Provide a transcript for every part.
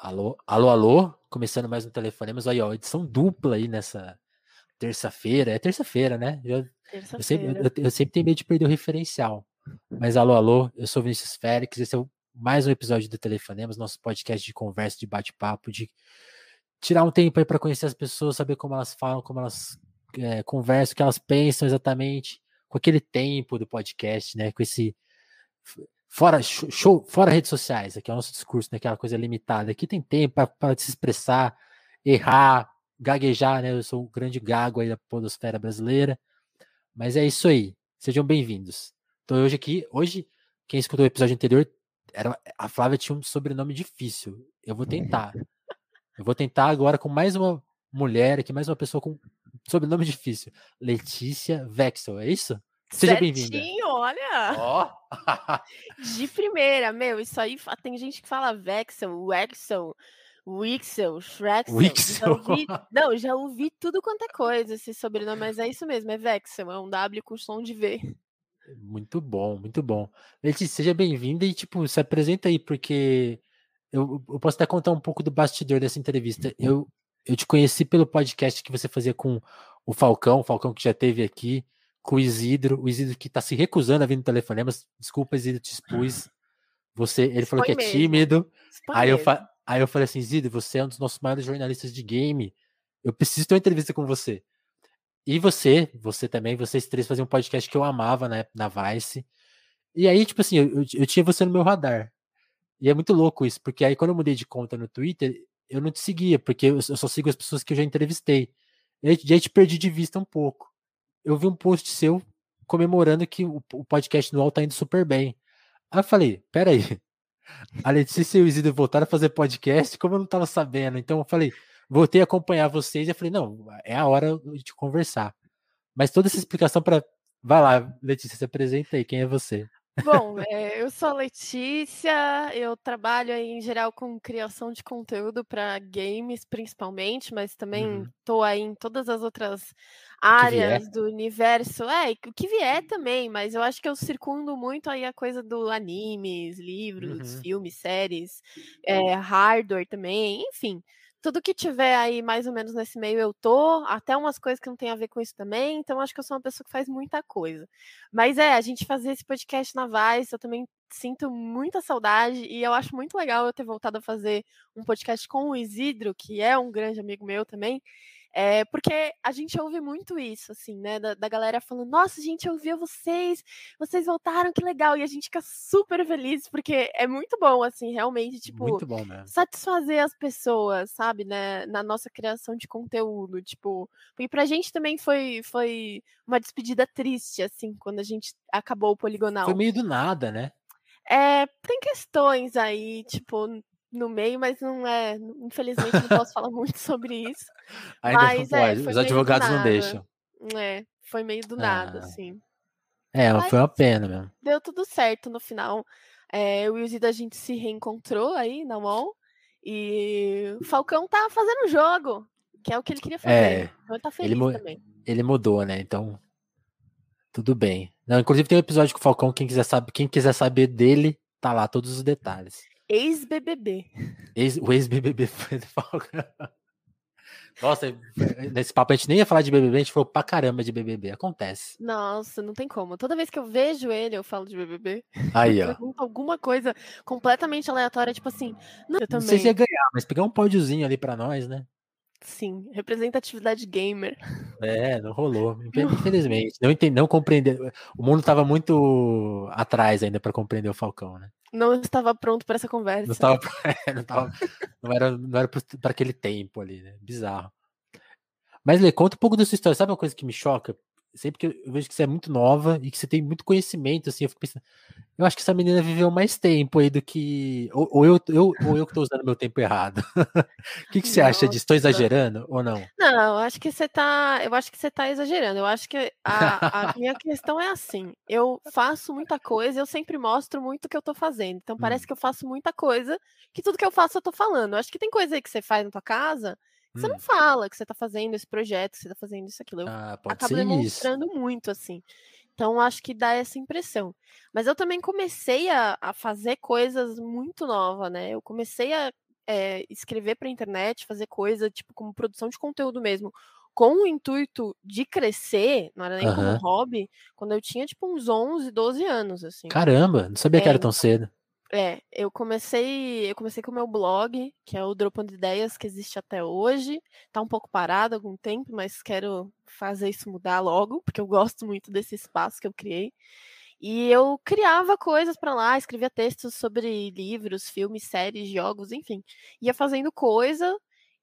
Alô, alô, alô, começando mais um Telefonemas, aí ó, edição dupla aí nessa terça-feira, é terça-feira, né? Eu sempre, Terça-feira. eu sempre tenho medo de perder o referencial, mas alô, alô, eu sou Vinícius Félix, esse é mais um episódio do Telefonemas, nosso podcast de conversa, de bate-papo, de tirar um tempo aí para conhecer as pessoas, saber como elas falam, como elas conversam, o que elas pensam exatamente, com aquele tempo do podcast, né? Com esse fora show, fora redes sociais, aqui é o nosso discurso, né? Aquela coisa limitada. Aqui tem tempo para se expressar, errar, gaguejar, né? Eu sou um grande gago aí da podosfera brasileira, mas é isso aí. Sejam bem-vindos. Então hoje, quem escutou o episódio anterior, a Flávia tinha um sobrenome difícil. Eu vou tentar agora com mais uma mulher aqui, mais uma pessoa com sobrenome difícil. Letícia Vexel, é isso? Seja bem-vinda. Certinho, olha! Ó! De primeira, meu, isso aí tem gente que fala Vexel, Wexel, Wixel, Shrexel. Wixel. Já ouvi tudo quanto é coisa esse sobrenome, mas é isso mesmo, é Vexel, é um W com som de V. Muito bom, muito bom. Letícia, seja bem-vinda e, tipo, se apresenta aí, porque eu posso até contar um pouco do bastidor dessa entrevista. Eu te conheci pelo podcast que você fazia com o Falcão que já esteve aqui, com o Isidro que tá se recusando a vir no Telefonemas. Desculpa, Isidro, te expus. Ele falou que Expõe é mesmo. tímido. Expõe Aí eu, mesmo. fa... aí eu falei assim, Isidro, você é um dos nossos maiores jornalistas de game. Eu preciso ter uma entrevista com você. E você também, vocês três faziam um podcast que eu amava, né, na Vice. E aí, tipo assim, eu tinha você no meu radar. E é muito louco isso, porque aí quando eu mudei de conta no Twitter, eu não te seguia, porque eu só sigo as pessoas que eu já entrevistei. E aí te perdi de vista um pouco. Eu vi um post seu comemorando que o podcast no UOL tá indo super bem. Aí eu falei, peraí, a Letícia e o Isidro voltaram a fazer podcast, como eu não tava sabendo. Então eu falei, voltei a acompanhar vocês e eu falei, não, é a hora de conversar. Mas toda essa explicação para. Vai lá, Letícia, se apresenta aí, quem é você? Bom, eu sou a Letícia, eu trabalho aí em geral com criação de conteúdo para games principalmente, mas também Uhum. estou aí em todas as outras O que vier. áreas do universo. E o que vier também, mas eu acho que eu circundo muito aí a coisa do animes, livros, Uhum. filmes, séries, hardware também, enfim. Tudo que tiver aí mais ou menos nesse meio eu tô, até umas coisas que não tem a ver com isso também, então acho que eu sou uma pessoa que faz muita coisa. Mas a gente fazer esse podcast na Vice, eu também sinto muita saudade e eu acho muito legal eu ter voltado a fazer um podcast com o Isidro, que é um grande amigo meu também, porque a gente ouve muito isso, assim, né, da galera falando, nossa, gente, eu ouvia vocês voltaram, que legal, e a gente fica super feliz, porque é muito bom, assim, realmente, tipo, Muito bom mesmo. satisfazer as pessoas, sabe, né, na nossa criação de conteúdo, tipo, e pra gente também foi uma despedida triste, assim, quando a gente acabou o Foi Poligonal. meio do nada, né? Tem questões aí, tipo, no meio, mas não é, infelizmente não posso falar muito sobre isso, Ainda não mas pode, foi os meio do advogados não nada. deixam. Foi meio do nada, Ah, assim. Mas foi uma pena mesmo. deu tudo certo no final. Eu e o Zida, a gente se reencontrou aí na UOL, e o Falcão tá fazendo jogo, que é o que ele queria fazer. É, Então ele tá ele, feliz também. ele mudou, né? Então, tudo bem. Não, inclusive tem um episódio com o Falcão, quem quiser saber dele, tá lá, todos os detalhes. Ex-BBB. O ex-BBB foi do Falcão. Nossa, nesse papo a gente nem ia falar de BBB, a gente falou pra caramba de BBB. Acontece. Nossa, não tem como. Toda vez que eu vejo ele, eu falo de BBB. Eu Aí, ó. pergunto alguma coisa completamente aleatória, tipo assim, não, eu Não sei se ia também. ganhar, mas pegar um pódiozinho ali pra nós, né? Sim, representatividade gamer. É, não rolou. Não, Infelizmente. Não compreendeu. O mundo tava muito atrás ainda pra compreender o Falcão, né? não estava pronto para essa Não conversa. tava, não tava, não era pra aquele tempo ali, né? Bizarro. Mas, Lê, conta um pouco da sua história. Sabe uma coisa que me choca? Sempre que eu vejo que você é muito nova e que você tem muito conhecimento, assim, eu fico pensando, eu acho que essa menina viveu mais tempo aí do que. Ou eu que tô usando meu tempo errado. O que você acha disso? Estou Nossa. exagerando ou não? Não, eu acho que você tá exagerando. Eu acho que a minha questão é assim, eu faço muita coisa, eu sempre mostro muito o que eu tô fazendo. Então parece Hum, que eu faço muita coisa, que tudo que eu faço eu tô falando. Eu acho que tem coisa aí que você faz na tua casa, que você não hum. fala que você tá fazendo esse projeto, que você tá fazendo isso, aquilo. Eu Ah, pode acabo ser isso. demonstrando muito, assim. Então acho que dá essa impressão. Mas eu também comecei a fazer coisas muito nova, né? Eu comecei escrever pra internet, fazer coisa, tipo, como produção de conteúdo mesmo, com o intuito de crescer, não era nem como Aham. hobby, quando eu tinha, tipo, uns 11, 12 anos, assim. Caramba, não sabia que era tão cedo. Eu comecei com o meu blog, que é o Dropando Ideias, que existe até hoje. Tá um pouco parado há algum tempo, mas quero fazer isso mudar logo, porque eu gosto muito desse espaço que eu criei. E eu criava coisas pra lá, escrevia textos sobre livros, filmes, séries, jogos, enfim. Ia fazendo coisa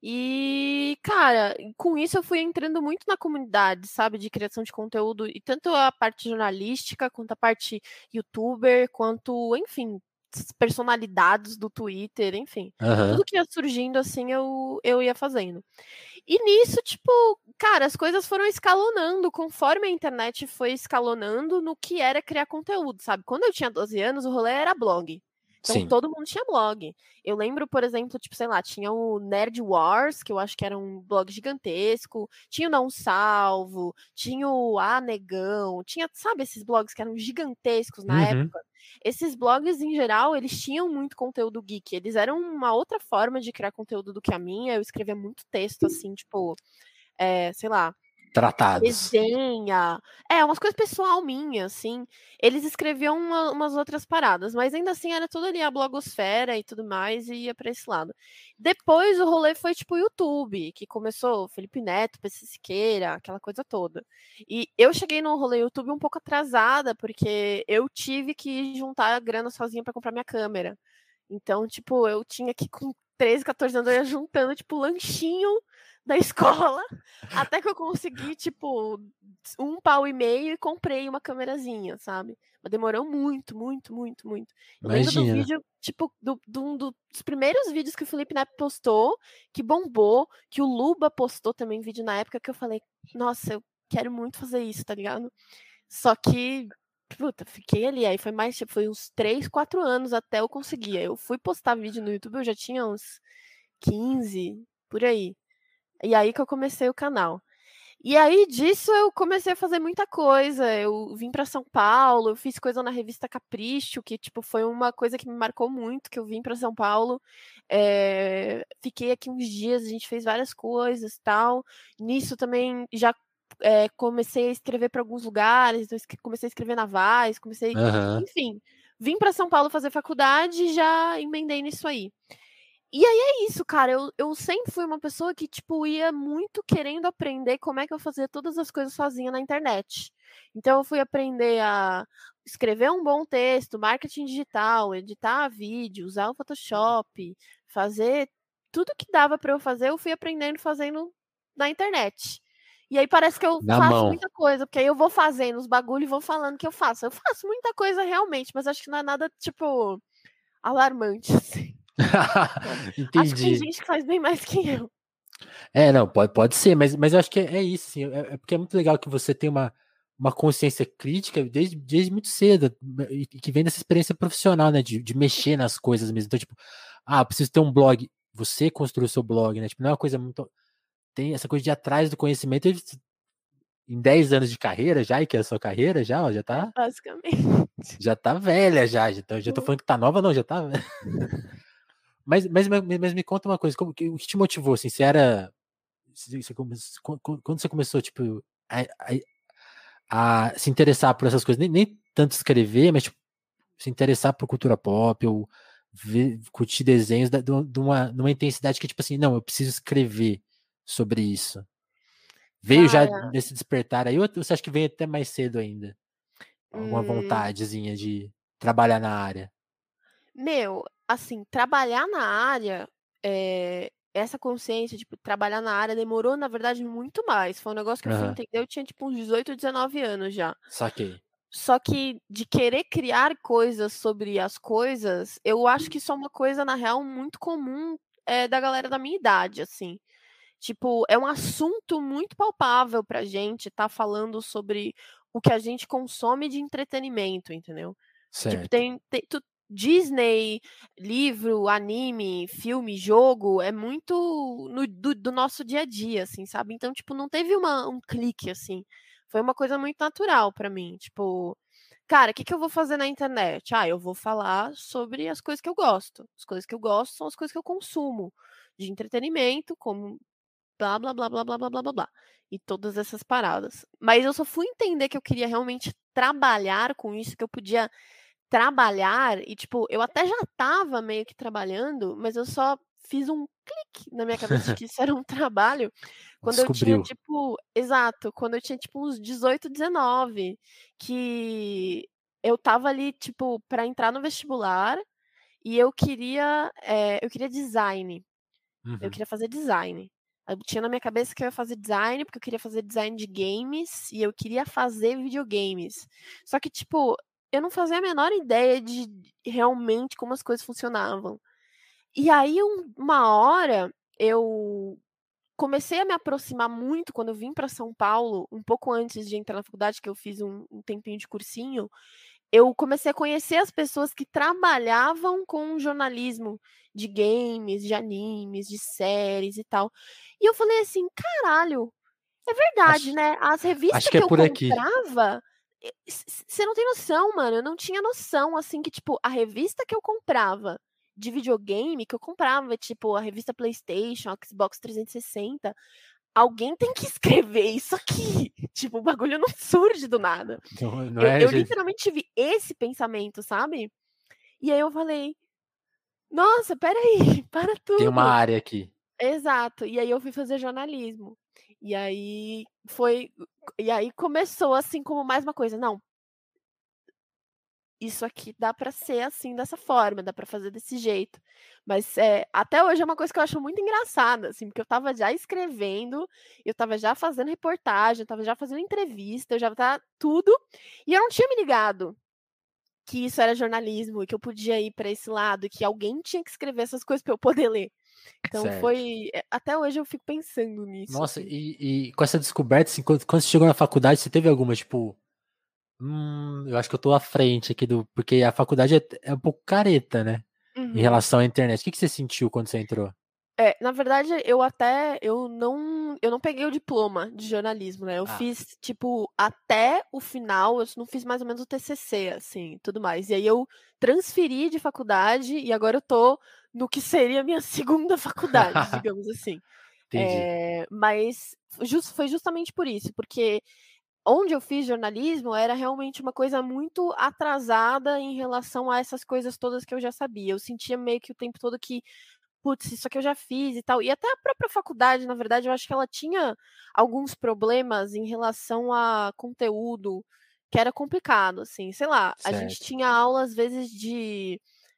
e, cara, com isso eu fui entrando muito na comunidade, sabe, de criação de conteúdo, e tanto a parte jornalística, quanto a parte youtuber, quanto, enfim, personalidades do Twitter, enfim. Tudo Aham. que ia surgindo, assim, eu ia fazendo. E nisso, tipo, cara, as coisas foram escalonando conforme a internet foi escalonando no que era criar conteúdo, sabe? Quando eu tinha 12 anos, o rolê era blog. Então Sim. todo mundo tinha blog. Eu lembro, por exemplo, tipo, sei lá, tinha o Nerd Wars, que eu acho que era um blog gigantesco, tinha o Não Salvo, tinha o Ah Negão, tinha, sabe, esses blogs que eram gigantescos na Uhum. época. Esses blogs, em geral, eles tinham muito conteúdo geek. Eles eram uma outra forma de criar conteúdo do que a minha. Eu escrevia muito texto, assim, tipo, sei lá, Tratados. resenha. Umas coisas pessoal minha, assim. Eles escreviam umas outras paradas, mas ainda assim era tudo ali a blogosfera e tudo mais, e ia pra esse lado. Depois o rolê foi tipo o YouTube, que começou Felipe Neto, PC Siqueira, aquela coisa toda. E eu cheguei no rolê YouTube um pouco atrasada, porque eu tive que juntar a grana sozinha pra comprar minha câmera. Então, tipo, eu tinha que, com 13, 14 anos, eu ia juntando, tipo, lanchinho da escola, até que eu consegui, tipo, 1,5 pau e comprei uma câmerazinha, sabe? Mas demorou muito, muito, muito, muito. Eu lembro do Imagina. vídeo, tipo, um dos primeiros vídeos que o Felipe Neto postou, que bombou, que o Luba postou também vídeo na época, que eu falei, nossa, eu quero muito fazer isso, tá ligado? Só que, puta, fiquei ali. Aí foi mais, tipo, foi uns 3, 4 anos até eu conseguir. Aí eu fui postar vídeo no YouTube, eu já tinha uns 15, por aí. E aí que eu comecei o canal. E aí disso eu comecei a fazer muita coisa. Eu vim para São Paulo, eu fiz coisa na revista Capricho, que tipo foi uma coisa que me marcou muito, que eu vim para São Paulo. Fiquei aqui uns dias, a gente fez várias coisas, tal. Nisso também já comecei a escrever para alguns lugares, eu comecei a escrever na Vaz, Aham. enfim, vim para São Paulo fazer faculdade e já emendei nisso aí. E aí é isso, cara. Eu sempre fui uma pessoa que, tipo, ia muito querendo aprender como é que eu fazia todas as coisas sozinha na internet. Então eu fui aprender a escrever um bom texto, marketing digital, editar vídeo, usar o Photoshop, fazer tudo que dava para eu fazer, eu fui aprendendo fazendo na internet. E aí parece que eu Na faço mão. muita coisa, porque aí eu vou fazendo os bagulho e vou falando que eu faço. Eu faço muita coisa realmente, mas acho que não é nada, tipo, alarmante, assim. Acho que tem Entendi. gente que faz bem mais que eu. Não, pode ser, mas eu acho que é isso, assim, porque é muito legal que você tem uma consciência crítica desde muito cedo, e que vem dessa experiência profissional, né, de mexer nas coisas mesmo. Então, tipo, eu preciso ter um blog, você construiu seu blog, né, tipo, não é uma coisa muito, tem essa coisa de ir atrás do conhecimento, em 10 anos de carreira já, e que é a sua carreira já, ó, Basicamente. já tá velha já tô falando que tá nova, não, já tá velha. Mas me conta uma coisa, o que te motivou, assim, você era, quando você começou, tipo, a se interessar por essas coisas, nem tanto escrever, mas tipo, se interessar por cultura pop, ou curtir desenhos numa intensidade que, tipo assim, não, eu preciso escrever sobre isso. Veio já Cara, desse despertar aí, ou você acha que veio até mais cedo ainda? Alguma hum, vontadezinha de trabalhar na área? meu, assim, trabalhar na área, essa consciência, tipo, trabalhar na área demorou, na verdade, muito mais. Foi um negócio que eu fui Aham, entender, eu tinha, tipo, uns 18, 19 anos já. saquei. Só que de querer criar coisas sobre as coisas, eu acho que isso é uma coisa, na real, muito comum, da galera da minha idade, assim. Tipo, é um assunto muito palpável pra gente estar falando sobre o que a gente consome de entretenimento, entendeu? Tipo, Certo. Disney, livro, anime, filme, jogo, é muito do nosso dia a dia, assim, sabe? Então, tipo, não teve um clique, assim. Foi uma coisa muito natural pra mim. Tipo, cara, o que que eu vou fazer na internet? Eu vou falar sobre as coisas que eu gosto. As coisas que eu gosto são as coisas que eu consumo de entretenimento, como blá, blá, blá, blá, blá, blá, blá, blá, blá. E todas essas paradas. Mas eu só fui entender que eu queria realmente trabalhar com isso, que eu podia trabalhar e, tipo, eu até já estava meio que trabalhando, mas eu só fiz um clique na minha cabeça de que isso era um trabalho quando eu tinha, Descobriu. tipo, exato, quando eu tinha, tipo, uns 18, 19, que eu estava ali, tipo, para entrar no vestibular e eu queria design. Eu Uhum. queria fazer design. Eu tinha na minha cabeça que eu ia fazer design, porque eu queria fazer design de games e eu queria fazer videogames. Só que, tipo, eu não fazia a menor ideia de realmente como as coisas funcionavam. E aí, uma hora, eu comecei a me aproximar muito quando eu vim para São Paulo, um pouco antes de entrar na faculdade, que eu fiz um tempinho de cursinho. Eu comecei a conhecer as pessoas que trabalhavam com jornalismo de games, de animes, de séries e tal. E eu falei assim: "Caralho, é verdade, Acho, né, as acho revistas que é que eu por aqui. comprava". Você não tem noção, mano, eu não tinha noção, assim, que, tipo, a revista que eu comprava de videogame, que eu comprava, tipo, a revista PlayStation, Xbox 360, alguém tem que escrever isso aqui. Tipo, o bagulho não surge do nada. Não, não Eu é, eu literalmente tive esse pensamento, sabe. E aí eu falei: "Nossa, espera aí, para tem uma tudo". área aqui. Exato. E aí eu fui fazer jornalismo. E aí foi e aí começou, assim, como mais uma coisa: "Não, isso aqui dá pra ser assim, dessa forma, dá pra fazer desse jeito". Mas, até hoje é uma coisa que eu acho muito engraçada, assim, porque eu estava já escrevendo, eu estava já fazendo reportagem, eu estava já fazendo entrevista, eu já estava tudo, e eu não tinha me ligado que isso era jornalismo e que eu podia ir para esse lado, e que alguém tinha que escrever essas coisas para eu poder ler. Então Certo. até hoje eu fico pensando nisso, Nossa, assim. e com essa descoberta, assim, quando você chegou na faculdade, você teve alguma, tipo, eu acho que eu tô à frente aqui do. Porque a faculdade é um pouco careta, né? Em Uhum. relação à internet. O que que você sentiu quando você entrou? Na verdade eu não peguei o diploma de jornalismo, né, eu Ah, fiz, tipo, até o final, eu não fiz mais ou menos o TCC, assim, tudo mais. E aí eu transferi de faculdade e agora eu tô no que seria a minha segunda faculdade, digamos assim. entendi. Mas foi justamente por isso, porque onde eu fiz jornalismo era realmente uma coisa muito atrasada em relação a essas coisas todas que eu já sabia. Eu sentia meio que o tempo todo que: "Putz, isso aqui eu já fiz e tal". E até a própria faculdade, na verdade, eu acho que ela tinha alguns problemas em relação a conteúdo, que era complicado, assim. Sei lá, a gente Certo. tinha aula, às vezes, de,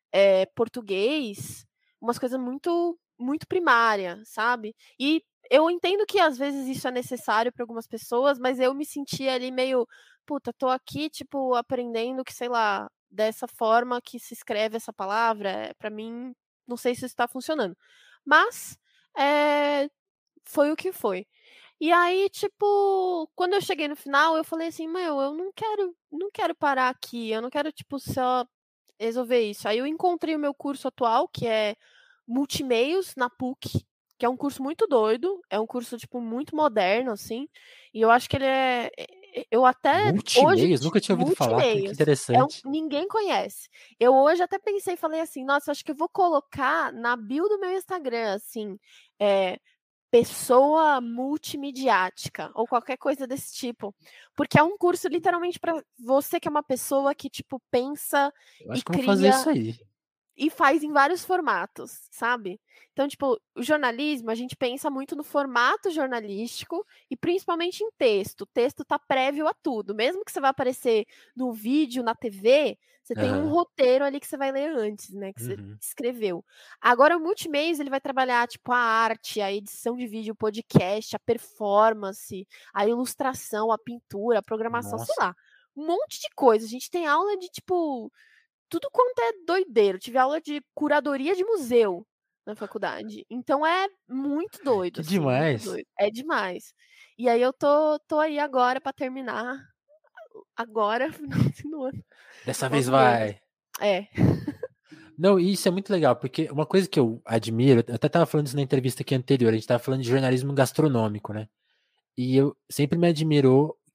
português, umas coisas muito muito primária, sabe. E eu entendo que, às vezes, isso é necessário para algumas pessoas, mas eu me sentia ali meio: "Puta, tô aqui, tipo, aprendendo que, sei lá, dessa forma que se escreve essa palavra, pra mim não sei se isso tá funcionando". Mas, eh, foi o que foi. E aí, tipo, quando eu cheguei no final, eu falei assim: "Meu, eu não quero parar aqui, eu não quero, tipo, só resolver isso". Aí eu encontrei o meu curso atual, que é Multimeios, na PUC, que é um curso muito doido, é um curso, tipo, muito moderno, assim, e eu acho que ele eu até hoje Multimeios? Nunca tinha ouvido falar. Que Multimeios, interessante. ninguém conhece. Eu hoje até pensei, falei assim: "Nossa, acho que eu vou colocar na bio do meu Instagram, assim, eh, pessoa multimediática", ou qualquer coisa desse tipo, porque é um curso literalmente para você que é uma pessoa que, tipo, pensa Eu e acho que eu vou fazer cria isso aí. e faz em vários formatos, sabe. Então, tipo, o jornalismo, a gente pensa muito no formato jornalístico e principalmente em texto. O texto tá prévio a tudo, mesmo que você vá aparecer no vídeo, na TV, você tem um Aham. roteiro ali que você vai ler antes, né, que você Uhum. escreveu. Agora o multimeios, ele vai trabalhar, tipo, a arte, a edição de vídeo, o podcast, a performance, a ilustração, a pintura, a programação, sei Nossa. lá, um monte de coisa. A gente tem aula de, tipo, tudo quanto é doideira. Eu tive aula de curadoria de museu na faculdade. Então é muito doido, Que assim, muito demais. doido. É demais. E aí eu tô aí agora pra terminar, agora, finalzinho do ano. Dessa vez Logo menos. vai. É. Não, e isso é muito legal, porque uma coisa que eu admiro, eu até tava falando isso na entrevista aqui anterior, a gente tava falando de jornalismo gastronômico, né? E eu sempre me admirou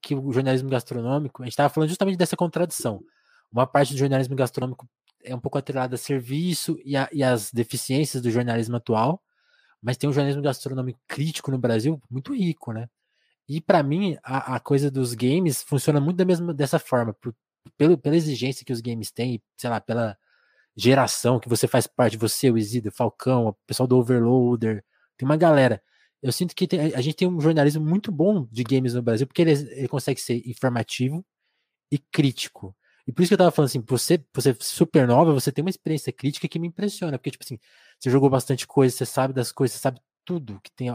que o jornalismo gastronômico, a gente estava falando justamente dessa contradição. Uma parte do jornalismo gastronômico é um pouco atrelada a serviço e às deficiências do jornalismo atual, mas tem um jornalismo gastronômico crítico no Brasil muito rico, né? E para mim, a coisa dos games funciona muito dessa forma, pela exigência que os games têm, sei lá, pela geração que você faz parte, você, o Isidro, Falcão, o pessoal do Overloader, tem uma galera. Eu sinto que a gente tem um jornalismo muito bom de games no Brasil, porque ele consegue ser informativo e crítico. E por isso que eu tava falando assim, você super nova, você tem uma experiência crítica que me impressiona, porque, tipo assim, você jogou bastante coisa, você sabe das coisas, você sabe tudo que tem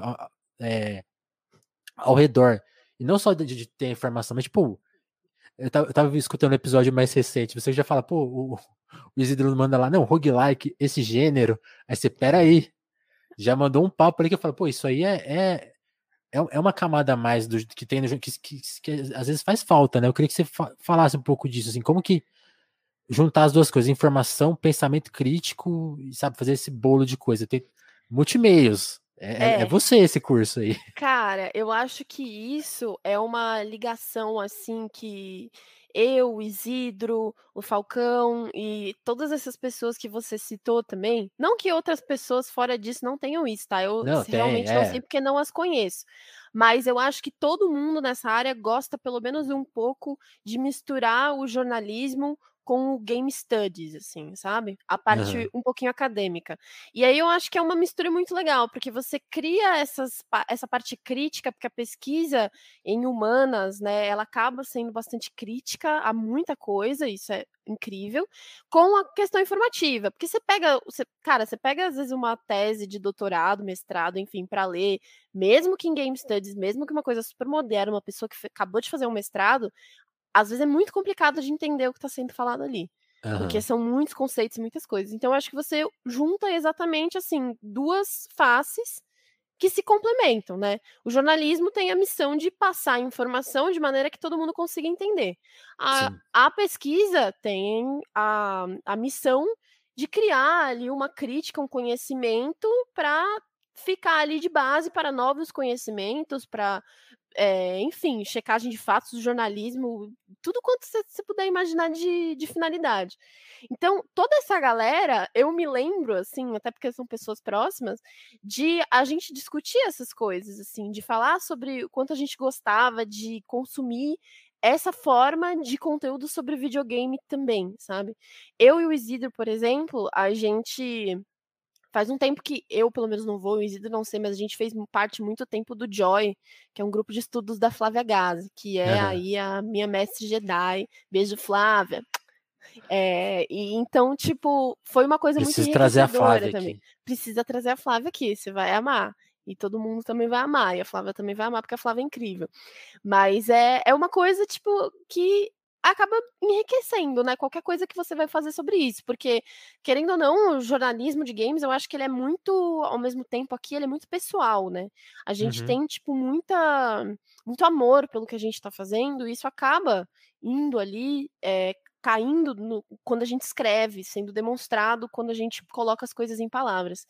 ao redor. E não só de ter informação, mas, tipo, eu tava escutando um episódio mais recente, você já fala, pô, o Isidro manda lá, não, roguelike, esse gênero, aí você, peraí, já mandou um papo ali que eu falo, pô, isso aí é uma camada a mais que tem no jogo, que às vezes faz falta, né? Eu queria que você falasse um pouco disso, assim, como que juntar as duas coisas, informação, pensamento crítico, e sabe, fazer esse bolo de coisa, tem multimeios, é É. você esse curso aí. Cara, eu acho que isso é uma ligação, assim, que eu, o Isidro, o Falcão e todas essas pessoas que você citou também, não que outras pessoas fora disso não tenham isso, tá? Eu Não, tem, realmente não sei porque não as conheço. Mas eu acho que todo mundo nessa área gosta pelo menos um pouco de misturar o jornalismo com o game studies, assim, sabe? A parte Uhum, um pouquinho acadêmica. E aí eu acho que é uma mistura muito legal, porque você cria essa parte crítica, porque a pesquisa em humanas, né, ela acaba sendo bastante crítica a muita coisa, isso é incrível, com a questão informativa, porque você pega às vezes uma tese de doutorado, mestrado, enfim, para ler, mesmo que em game studies, mesmo que uma coisa super moderna, uma pessoa que acabou de fazer um mestrado, às vezes é muito complicado de entender o que está sendo falado ali. Porque uhum, são muitos conceitos, muitas coisas. Então, eu acho que você junta exatamente assim duas faces que se complementam, né? O jornalismo tem a missão de passar informação de maneira que todo mundo consiga entender. sim, A pesquisa tem a missão de criar ali uma crítica, um conhecimento para ficar ali de base para novos conhecimentos, para enfim, checagem de fatos do jornalismo, tudo quanto você puder imaginar de finalidade. Então, toda essa galera, eu me lembro, assim, até porque são pessoas próximas, de a gente discutir essas coisas, assim, de falar sobre o quanto a gente gostava de consumir essa forma de conteúdo sobre videogame também, sabe? Eu e o Isidro, por exemplo, a gente faz um tempo que eu, pelo menos, não vou, o Isidro não sei, mas a gente fez parte muito tempo do Joy, que é um grupo de estudos da Flávia Gazi, que é uhum. aí a minha mestre Jedi. Beijo, Flávia. E então, tipo, foi uma coisa muito Preciso trazer a enriquecedora Flávia também. aqui. Precisa trazer a Flávia aqui, você vai amar. E todo mundo também vai amar, e a Flávia também vai amar, porque a Flávia é incrível. Mas é uma coisa, tipo, que acaba enriquecendo, né, qualquer coisa que você vai fazer sobre isso, porque, querendo ou não, o jornalismo de games, eu acho que ele é muito, ao mesmo tempo aqui, ele é muito pessoal, né. A gente Uhum. tem, tipo, muito amor pelo que a gente tá fazendo, e isso acaba indo ali, caindo quando a gente escreve, sendo demonstrado quando a gente coloca as coisas em palavras.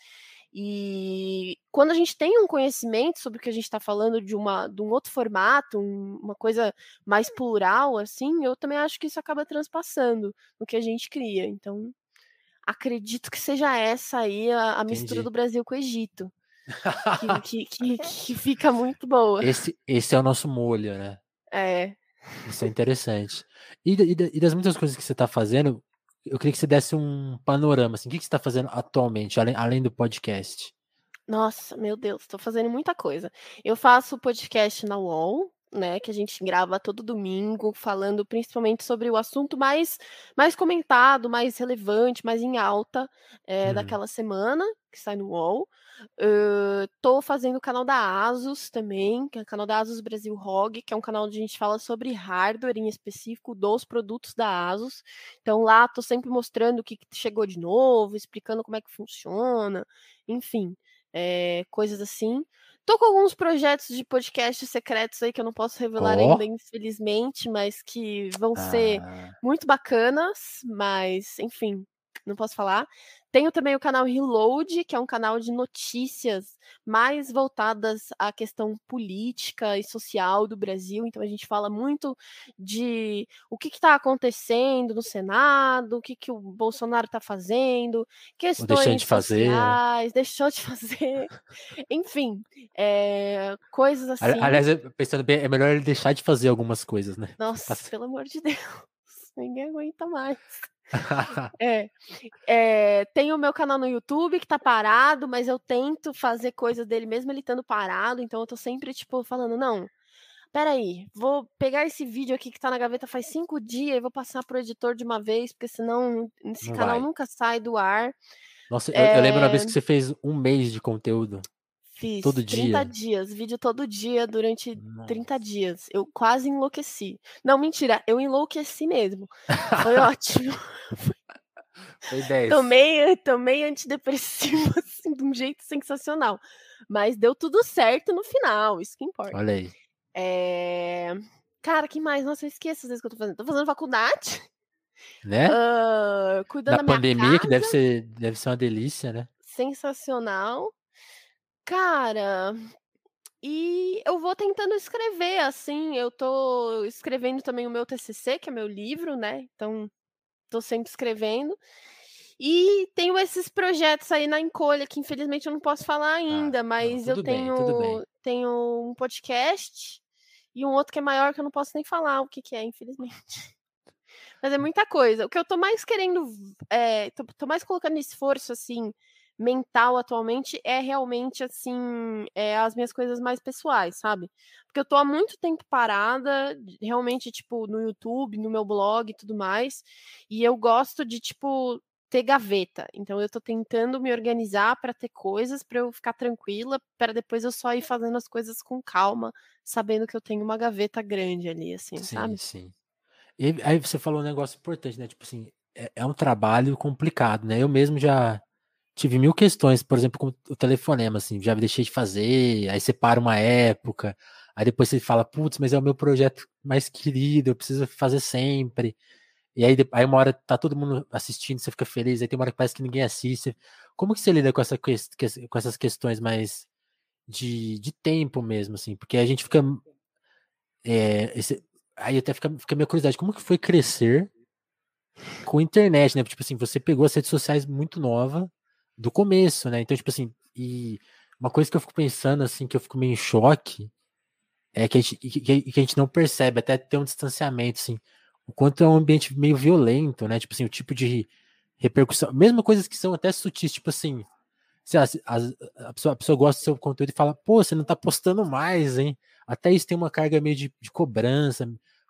E quando a gente tem um conhecimento sobre o que a gente está falando de um outro formato, uma coisa mais plural, assim, eu também acho que isso acaba transpassando no que a gente cria. Então, acredito que seja essa aí a mistura Entendi. do Brasil com o Egito, que fica muito boa. Esse é o nosso molho, né? É. Isso é interessante. E das muitas coisas que você está fazendo, eu queria que você desse um panorama, assim, o que você está fazendo atualmente, além do podcast? Nossa, meu Deus, estou fazendo muita coisa. Eu faço podcast na UOL, né, que a gente grava todo domingo, falando principalmente sobre o assunto mais comentado, mais relevante, mais em alta, Uhum. daquela semana, que sai no UOL. Tô fazendo o canal da Asus também, que é o canal da Asus Brasil ROG, que é um canal onde a gente fala sobre hardware, em específico dos produtos da Asus. Então lá tô sempre mostrando o que chegou de novo, explicando como é que funciona, enfim. Coisas assim. Tô com alguns projetos de podcast secretos aí que eu não posso revelar ainda, Ó. infelizmente, mas que vão ser Ah, muito bacanas, mas enfim, não posso falar. Tenho também o canal Reload, que é um canal de notícias mais voltadas à questão política e social do Brasil. Então a gente fala muito de o que está acontecendo no Senado, o que o Bolsonaro está fazendo, Ou deixando questões de fazer. sociais, deixou de fazer, enfim, coisas assim. Aliás, pensando bem, é melhor ele deixar de fazer algumas coisas, né? Nossa, pelo amor de Deus, ninguém aguenta mais. Tem o meu canal no YouTube que tá parado, mas eu tento fazer coisas dele mesmo ele estando parado, então eu tô sempre, tipo, falando, não, peraí, vou pegar esse vídeo aqui que tá na gaveta faz 5 dias e vou passar pro editor de uma vez, porque senão esse Não canal vai. nunca sai do ar. Nossa, eu lembro uma vez que você fez um mês de conteúdo. Fiz Todo 30 dia. dias, vídeo todo dia durante 30 Nossa. dias. Eu quase enlouqueci. Não, mentira, eu enlouqueci mesmo. Foi ótimo. Foi 10. Tomei antidepressivo, assim, de um jeito sensacional. Mas deu tudo certo no final, isso que importa. Olha aí. Cara, que mais? Nossa, eu esqueço as vezes que eu tô fazendo. Tô fazendo faculdade, Né? cuidando Na da minha pandemia, que casa, deve ser uma delícia, né? sensacional. Cara, e eu vou tentando escrever, assim, eu tô escrevendo também o meu TCC, que é meu livro, né? Então, tô sempre escrevendo. E tenho esses projetos aí na encolha, que infelizmente eu não posso falar Ah, ainda, não, mas eu tudo bem, tudo bem. tenho um podcast e um outro que é maior que eu não posso nem falar o que é, infelizmente. Mas é muita coisa. O que eu tô mais querendo, tô mais colocando esforço, assim, mental atualmente é realmente, assim, as minhas coisas mais pessoais, sabe? Porque eu tô há muito tempo parada, realmente, tipo, no YouTube, no meu blog e tudo mais, e eu gosto de, tipo, ter gaveta. Então eu tô tentando me organizar para ter coisas para eu ficar tranquila, para depois eu só ir fazendo as coisas com calma, sabendo que eu tenho uma gaveta grande ali, assim, Sim, sabe? sim. E aí você falou um negócio importante, né? Tipo assim, é um trabalho complicado, né? Eu mesmo já tive mil questões, por exemplo, com o telefonema, assim, já deixei de fazer, aí você para uma época, aí depois você fala, putz, mas é o meu projeto mais querido, eu preciso fazer sempre. E aí, aí uma hora tá todo mundo assistindo, você fica feliz, aí tem uma hora que parece que ninguém assiste. Como que você lida com com essas questões mais de tempo mesmo, assim? Porque a gente fica. Aí até fica a minha curiosidade, como que foi crescer com a internet, né? Tipo assim, você pegou as redes sociais muito nova do começo, né? Então, tipo assim, e uma coisa que eu fico pensando, assim, que eu fico meio em choque, é que a gente não percebe, até ter um distanciamento, assim, o quanto é um ambiente meio violento, né? Tipo assim, o tipo de repercussão, mesmo coisas que são até sutis, tipo assim, sei lá, a pessoa gosta do seu conteúdo e fala, pô, você não tá postando mais, hein? Até isso tem uma carga meio de cobrança.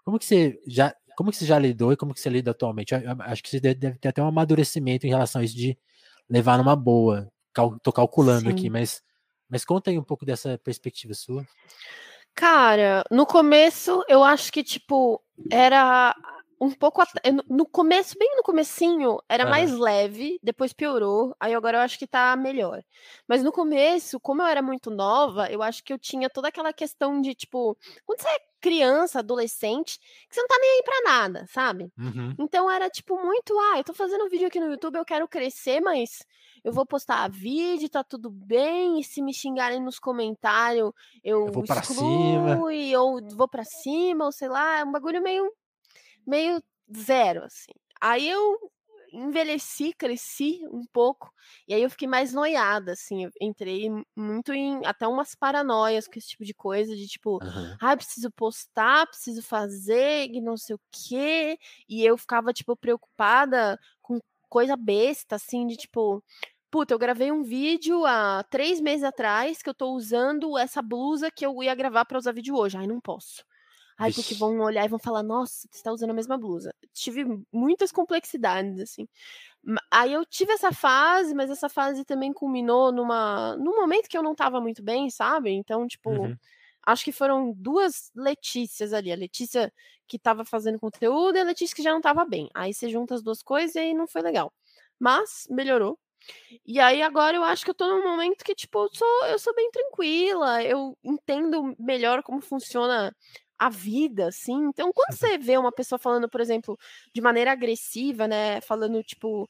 Como que você já lidou e como que você lida atualmente? Eu acho que você deve ter até um amadurecimento em relação a isso de levar numa boa. Tô calculando aqui, Sim. mas conta aí um pouco dessa perspectiva sua. Cara, no começo eu acho que, tipo, era um pouco. No começo, bem no comecinho, era mais Aham. leve, depois piorou, aí agora eu acho que tá melhor. Mas no começo, como eu era muito nova, eu acho que eu tinha toda aquela questão de, tipo, quando você é criança, adolescente, que você não tá nem aí pra nada, sabe? Uhum. Então era, tipo, muito, eu tô fazendo um vídeo aqui no YouTube, eu quero crescer, mas eu vou postar vídeo, tá tudo bem, e se me xingarem nos comentários Eu eu vou para cima. excluo ou vou pra cima, ou sei lá, é um bagulho meio zero, assim. Aí eu envelheci, cresci um pouco, e aí eu fiquei mais noiada, assim, eu entrei muito em até umas paranoias com esse tipo de coisa, de tipo, Aham. preciso postar, preciso fazer, e não sei o quê, e eu ficava, tipo, preocupada com coisa besta, assim, de tipo, puta, eu gravei um vídeo há 3 meses atrás que eu tô usando essa blusa que eu ia gravar pra usar vídeo hoje. Ai, não posso. Ai, porque Vixe. vão olhar e vão falar: "Nossa, você tá usando a mesma blusa". Tive muitas complexidades, assim. Aí eu tive essa fase, mas essa fase também culminou num momento que eu não estava muito bem, sabe. Então, tipo, Uhum. acho que foram 2 Letícias ali, a Letícia que estava fazendo conteúdo e a Letícia que já não estava bem. Aí você junta as 2 coisas e aí não foi legal. Mas melhorou. E aí agora eu acho que eu tô num momento que, tipo, eu sou bem tranquila, eu entendo melhor como funciona a vida, assim. Então, quando você vê uma pessoa falando, por exemplo, de maneira agressiva, né, falando, tipo: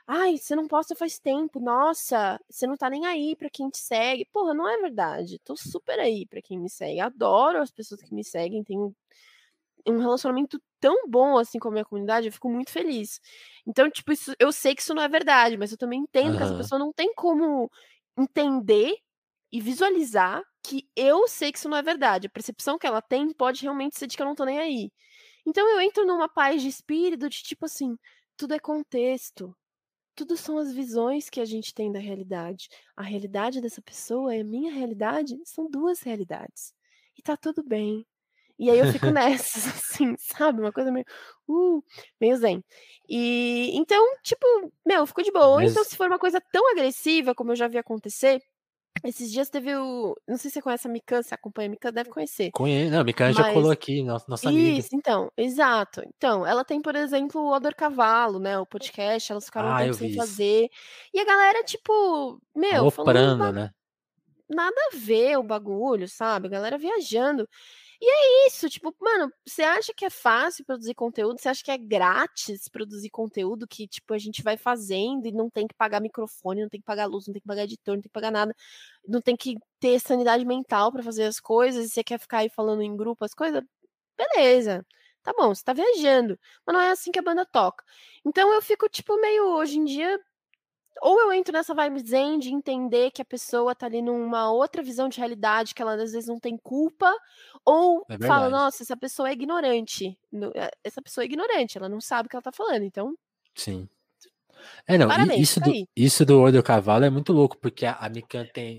Ai, você não posta faz tempo, nossa, você não tá nem aí pra quem te segue. Porra, não é verdade. Tô super aí pra quem me segue. Adoro as pessoas que me seguem, tenho um relacionamento tão bom assim com a minha comunidade, eu fico muito feliz. Então, tipo, isso, eu sei que isso não é verdade, mas eu também entendo que essa Aham. pessoa não tem como entender e visualizar que eu sei que isso não é verdade. A percepção que ela tem pode realmente ser de que eu não tô nem aí. Então eu entro numa paz de espírito de tipo assim, tudo é contexto. Tudo são as visões que a gente tem da realidade. A realidade dessa pessoa e a minha realidade são duas realidades. E tá tudo bem. E aí eu fico nessas, assim, sabe? Uma coisa uh, meio zen. E então, tipo, meu, ficou de boa. Ou então, Mas se for uma coisa tão agressiva como eu já vi acontecer, esses dias teve o. Não sei se você conhece a Mikan, se acompanha a Mikan, deve conhecer. não, a Mikan já colou Mas aqui, nossa amiga. isso, então, exato. Então, ela tem, por exemplo, o Odor Cavalo, né, o podcast, elas ficaram um Ah, tempo eu sem vi isso. fazer. E a galera, tipo, meu, falando uns Aloprando, né? nada a ver o bagulho, sabe? A galera viajando. E é isso, tipo, mano, você acha que é fácil produzir conteúdo? Você acha que é grátis produzir conteúdo que, tipo, a gente vai fazendo e não tem que pagar microfone, não tem que pagar luz, não tem que pagar editor, não tem que pagar nada, não tem que ter sanidade mental pra fazer as coisas, e você quer ficar aí falando em grupo as coisas? Beleza. Tá bom, você tá viajando, mas não é assim que a banda toca. Então eu fico, tipo, meio hoje em dia, ou eu entro nessa vibe zen de entender que a pessoa tá ali numa outra visão de realidade, que ela às vezes não tem culpa, ou É falo, verdade. nossa, essa pessoa é ignorante. Essa pessoa é ignorante, ela não sabe o que ela tá falando. Então, Sim. É, não, e parabéns, fica aí. isso do olho do cavalo é muito louco, porque a Mikan tem.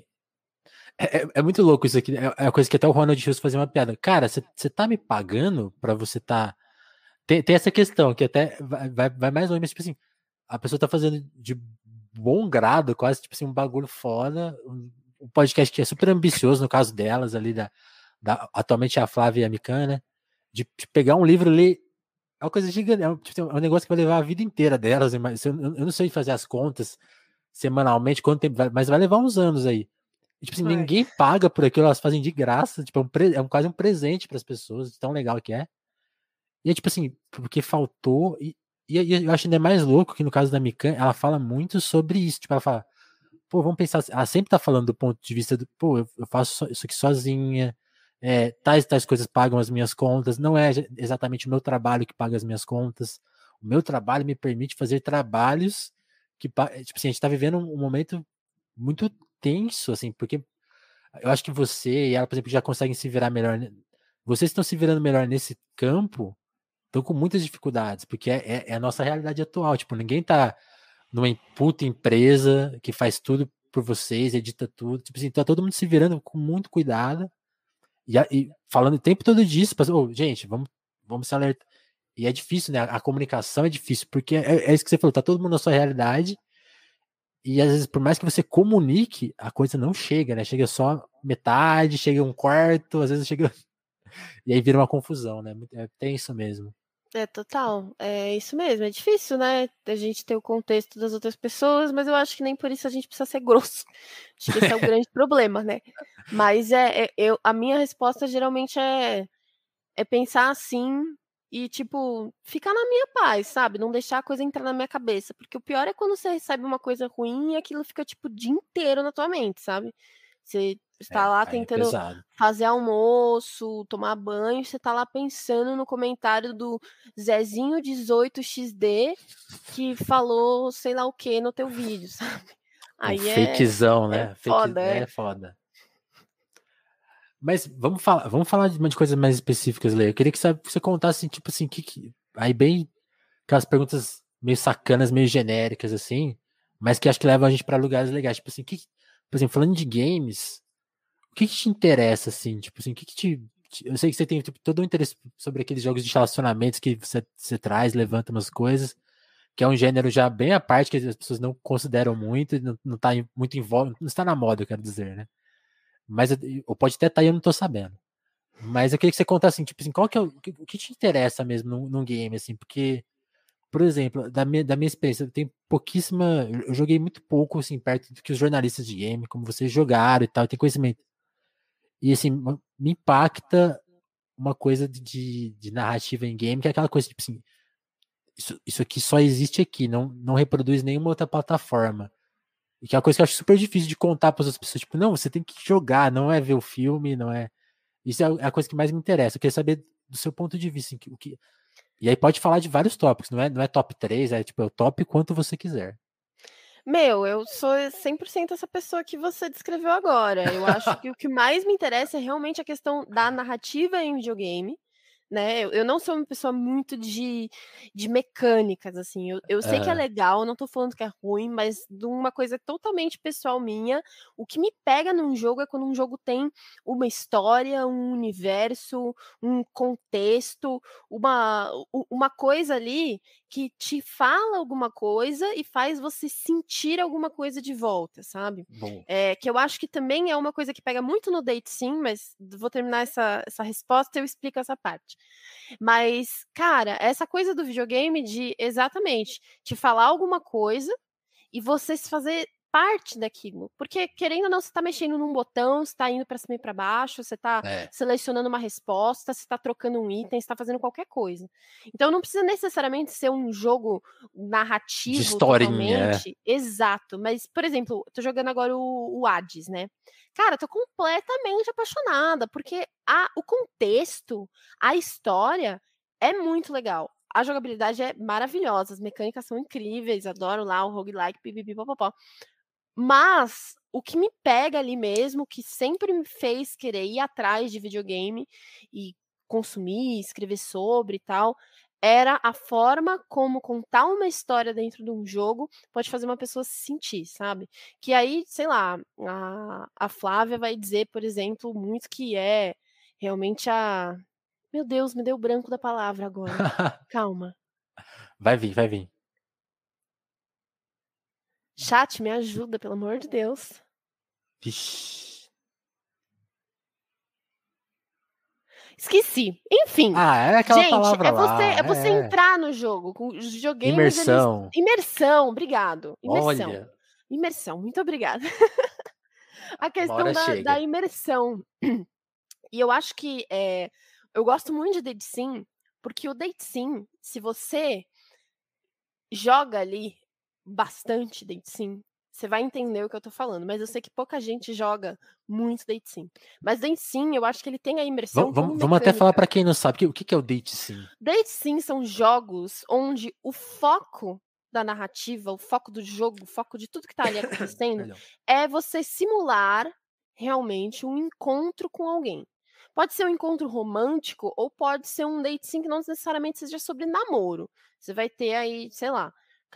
É muito louco isso aqui. É uma coisa que até o Ronald Rios fazia uma piada. Cara, você tá me pagando pra você tá. Tem essa questão que até vai mais longe, mas tipo assim, a pessoa tá fazendo de bom grado, quase tipo assim, um bagulho foda. Um podcast que é super ambicioso, no caso delas ali, atualmente é a Flávia e a Mikan, né? De pegar um livro e ler. É uma coisa gigante, tipo, é um negócio que vai levar a vida inteira delas, mas eu não sei fazer as contas semanalmente, quanto tempo, mas vai levar uns anos aí. E, tipo assim, Vai. ninguém paga por aquilo, elas fazem de graça, tipo, quase um presente para as pessoas, de tão legal que é. E é tipo assim, porque faltou, e eu acho ainda mais louco que no caso da Mikan, ela fala muito sobre isso, tipo, ela fala, pô, vamos pensar, ela sempre tá falando do ponto de vista do, pô, eu faço isso aqui sozinha, tais e tais coisas pagam as minhas contas, não é exatamente o meu trabalho que paga as minhas contas, o meu trabalho me permite fazer trabalhos que, tipo assim, a gente tá vivendo um momento muito tenso, assim, porque eu acho que você e ela, por exemplo, já conseguem se virar melhor, vocês estão se virando melhor nesse campo, estão com muitas dificuldades, porque é a nossa realidade atual, tipo, ninguém tá numa puta empresa que faz tudo por vocês, edita tudo. Tipo assim, tá todo mundo se virando com muito cuidado e falando o tempo todo disso. Gente, vamos se alertar. E é difícil, né? A comunicação é difícil, porque é isso que você falou, tá todo mundo na sua realidade, e às vezes, por mais que você comunique, a coisa não chega, né? Chega só metade, chega um quarto, às vezes chega. E aí vira uma confusão, né? Tem isso mesmo. É total, é isso mesmo, é difícil, né, a gente ter o contexto das outras pessoas, mas eu acho que nem por isso a gente precisa ser grosso. Acho que esse é o grande problema, né. Mas a minha resposta geralmente é pensar assim e, tipo, ficar na minha paz, sabe, não deixar a coisa entrar na minha cabeça, porque o pior é quando você recebe uma coisa ruim e aquilo fica, tipo, o dia inteiro na tua mente, sabe. Você está lá Aí é tentando pesado. fazer almoço, tomar banho, você tá lá pensando no comentário do Zezinho 18XD que falou sei lá o que no teu vídeo, sabe. Um Aí fakezão, é né? foda, É foda. Mas vamos falar de coisas mais específicas, Leia. Eu queria que você contasse, tipo assim, aí bem aquelas perguntas meio sacanas, meio genéricas, assim, mas que acho que levam a gente para lugares legais. Tipo assim, por exemplo, falando de games, o que te interessa, assim? Tipo assim, eu sei que você tem tipo, todo o interesse sobre aqueles jogos de relacionamentos que você traz, levanta umas coisas, que é um gênero já bem à parte, que as pessoas não consideram muito, e não tá muito em voga, não está na moda, eu quero dizer, né? Mas, ou pode até estar e eu não tô sabendo. Mas eu queria que você contasse, assim, tipo assim, qual que é o que te interessa mesmo num game, assim, porque, por exemplo, da minha experiência, eu tenho pouquíssima, eu joguei muito pouco, assim, perto do que os jornalistas de game, como vocês jogaram e tal, e tem conhecimento. E, assim, me impacta uma coisa de narrativa em game, que é aquela coisa, tipo assim, isso aqui só existe aqui, não reproduz nenhuma outra plataforma. E que é uma coisa que eu acho super difícil de contar para as pessoas. Tipo, não, você tem que jogar, não é ver o filme, não é. Isso é a coisa que mais me interessa. Eu queria saber do seu ponto de vista. Assim, E aí pode falar de vários tópicos, não é top 3, é tipo, é o top quanto você quiser. Meu, eu sou 100% essa pessoa que você descreveu agora. Eu acho que o que mais me interessa é realmente a questão da narrativa em videogame, né? Eu não sou uma pessoa muito de mecânicas, assim. Eu sei que é Aham. legal, não tô falando que é ruim, mas de uma coisa totalmente pessoal minha, o que me pega num jogo é quando um jogo tem uma história, um universo, um contexto, uma coisa ali que te fala alguma coisa e faz você sentir alguma coisa de volta, sabe? Bom. Que eu acho que também é uma coisa que pega muito no Date Sim, mas vou terminar essa resposta e eu explico essa parte. Mas, cara, essa coisa do videogame de exatamente te falar alguma coisa e você se fazer parte daquilo. Porque, querendo ou não, você está mexendo num botão, você está indo para cima e para baixo, você está É. selecionando uma resposta, você está trocando um item, você está fazendo qualquer coisa. Então não precisa necessariamente ser um jogo De narrativo historinha. totalmente exato. Mas, por exemplo, tô jogando agora o Hades, né? Cara, tô completamente apaixonada, porque o contexto, a história é muito legal. A jogabilidade é maravilhosa, as mecânicas são incríveis, adoro lá o roguelike, pipipipopopó. Mas o que me pega ali mesmo, que sempre me fez querer ir atrás de videogame e consumir, escrever sobre e tal, era a forma como contar uma história dentro de um jogo pode fazer uma pessoa se sentir, sabe? Que aí, sei lá, a Flávia vai dizer, por exemplo, muito que é realmente a. Meu Deus, me deu branco da palavra agora. Calma. Vai vir, vai vir. Chat, me ajuda, pelo amor de Deus. Vixe. Esqueci. Enfim. Ah, é aquela Gente, palavra é você lá. É. entrar no jogo. Os videogames, eles. Imersão. Imersão, obrigado. Imersão. Olha, Imersão, muito obrigada. A uma questão hora da chega. imersão. E eu acho que eu gosto muito de Date Sim, porque o Date Sim, se você joga ali bastante Date Sim, você vai entender o que eu tô falando. Mas eu sei que pouca gente joga muito Date Sim. Mas Date Sim, eu acho que ele tem a imersão como Vamos até falar mecânica. pra quem não sabe o que é o Date Sim. Date Sim são jogos onde o foco da narrativa, o foco do jogo, o foco de tudo que tá ali acontecendo, Perdão. é você simular realmente um encontro com alguém. Pode ser um encontro romântico ou pode ser um date sim que não necessariamente seja sobre namoro. Você vai ter aí, sei lá,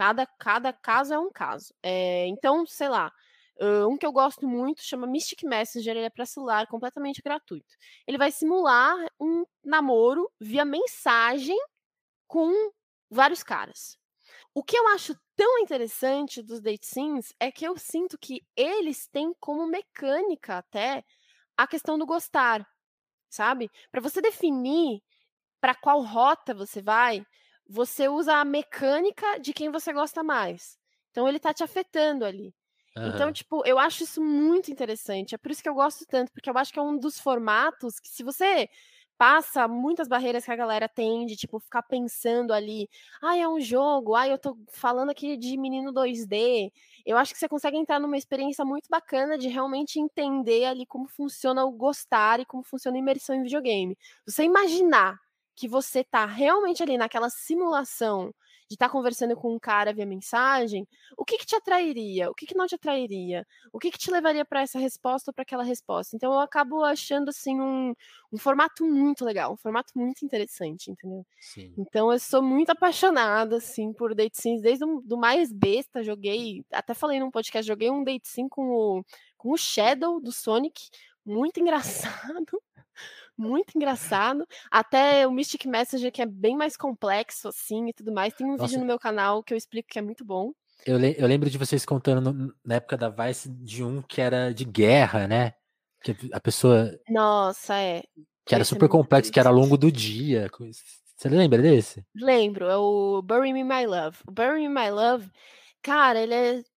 cada caso é um caso. Então, sei lá, um que eu gosto muito chama Mystic Messenger, ele é para celular, completamente gratuito. Ele vai simular um namoro via mensagem com vários caras. O que eu acho tão interessante dos date sims é que eu sinto que eles têm como mecânica até a questão do gostar, sabe? Para você definir para qual rota você vai, você usa a mecânica de quem você gosta mais. Então ele tá te afetando ali. Então, Aham. tipo, eu acho isso muito interessante. É por isso que eu gosto tanto, porque eu acho que é um dos formatos que, se você passa muitas barreiras que a galera tem de, tipo, ficar pensando ali, é um jogo, eu tô falando aqui de menino 2D. Eu acho que você consegue entrar numa experiência muito bacana de realmente entender ali como funciona o gostar e como funciona a imersão em videogame. Você imaginar que você tá realmente ali naquela simulação de estar conversando com um cara via mensagem, o que te atrairia? O que não te atrairia? O que te levaria para essa resposta ou para aquela resposta? Então eu acabo achando assim um formato muito legal, um formato muito interessante, entendeu? Sim. Então eu sou muito apaixonada assim por date sims desde do mais besta, joguei, até falei num podcast, joguei um date sim com o Shadow do Sonic, muito engraçado. Muito engraçado. Até o Mystic Messenger, que é bem mais complexo, assim, e tudo mais. Tem um vídeo Nossa, no meu canal que eu explico que é muito bom. eu lembro de vocês contando na época da Vice de um que era de guerra, né? Que a pessoa Nossa, que era esse é super muito complexo, que era ao triste. longo do dia. Você lembra desse? Lembro, é o Bury Me My Love. O Bury Me My Love, cara, ele é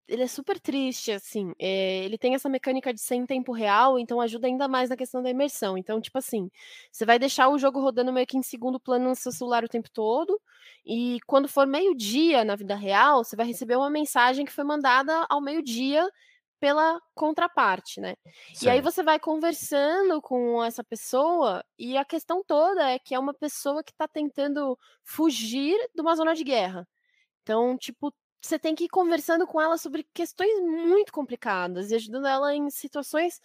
ele é super triste, assim, ele tem essa mecânica de ser em tempo real, então ajuda ainda mais na questão da imersão. Então, tipo assim, você vai deixar o jogo rodando meio que em segundo plano no seu celular o tempo todo, e quando for meio-dia na vida real, você vai receber uma mensagem que foi mandada ao meio-dia pela contraparte, né. E aí Certo. você vai conversando com essa pessoa, e a questão toda é que é uma pessoa que tá tentando fugir de uma zona de guerra. Então, tipo, você tem que ir conversando com ela sobre questões muito complicadas e ajudando ela em situações,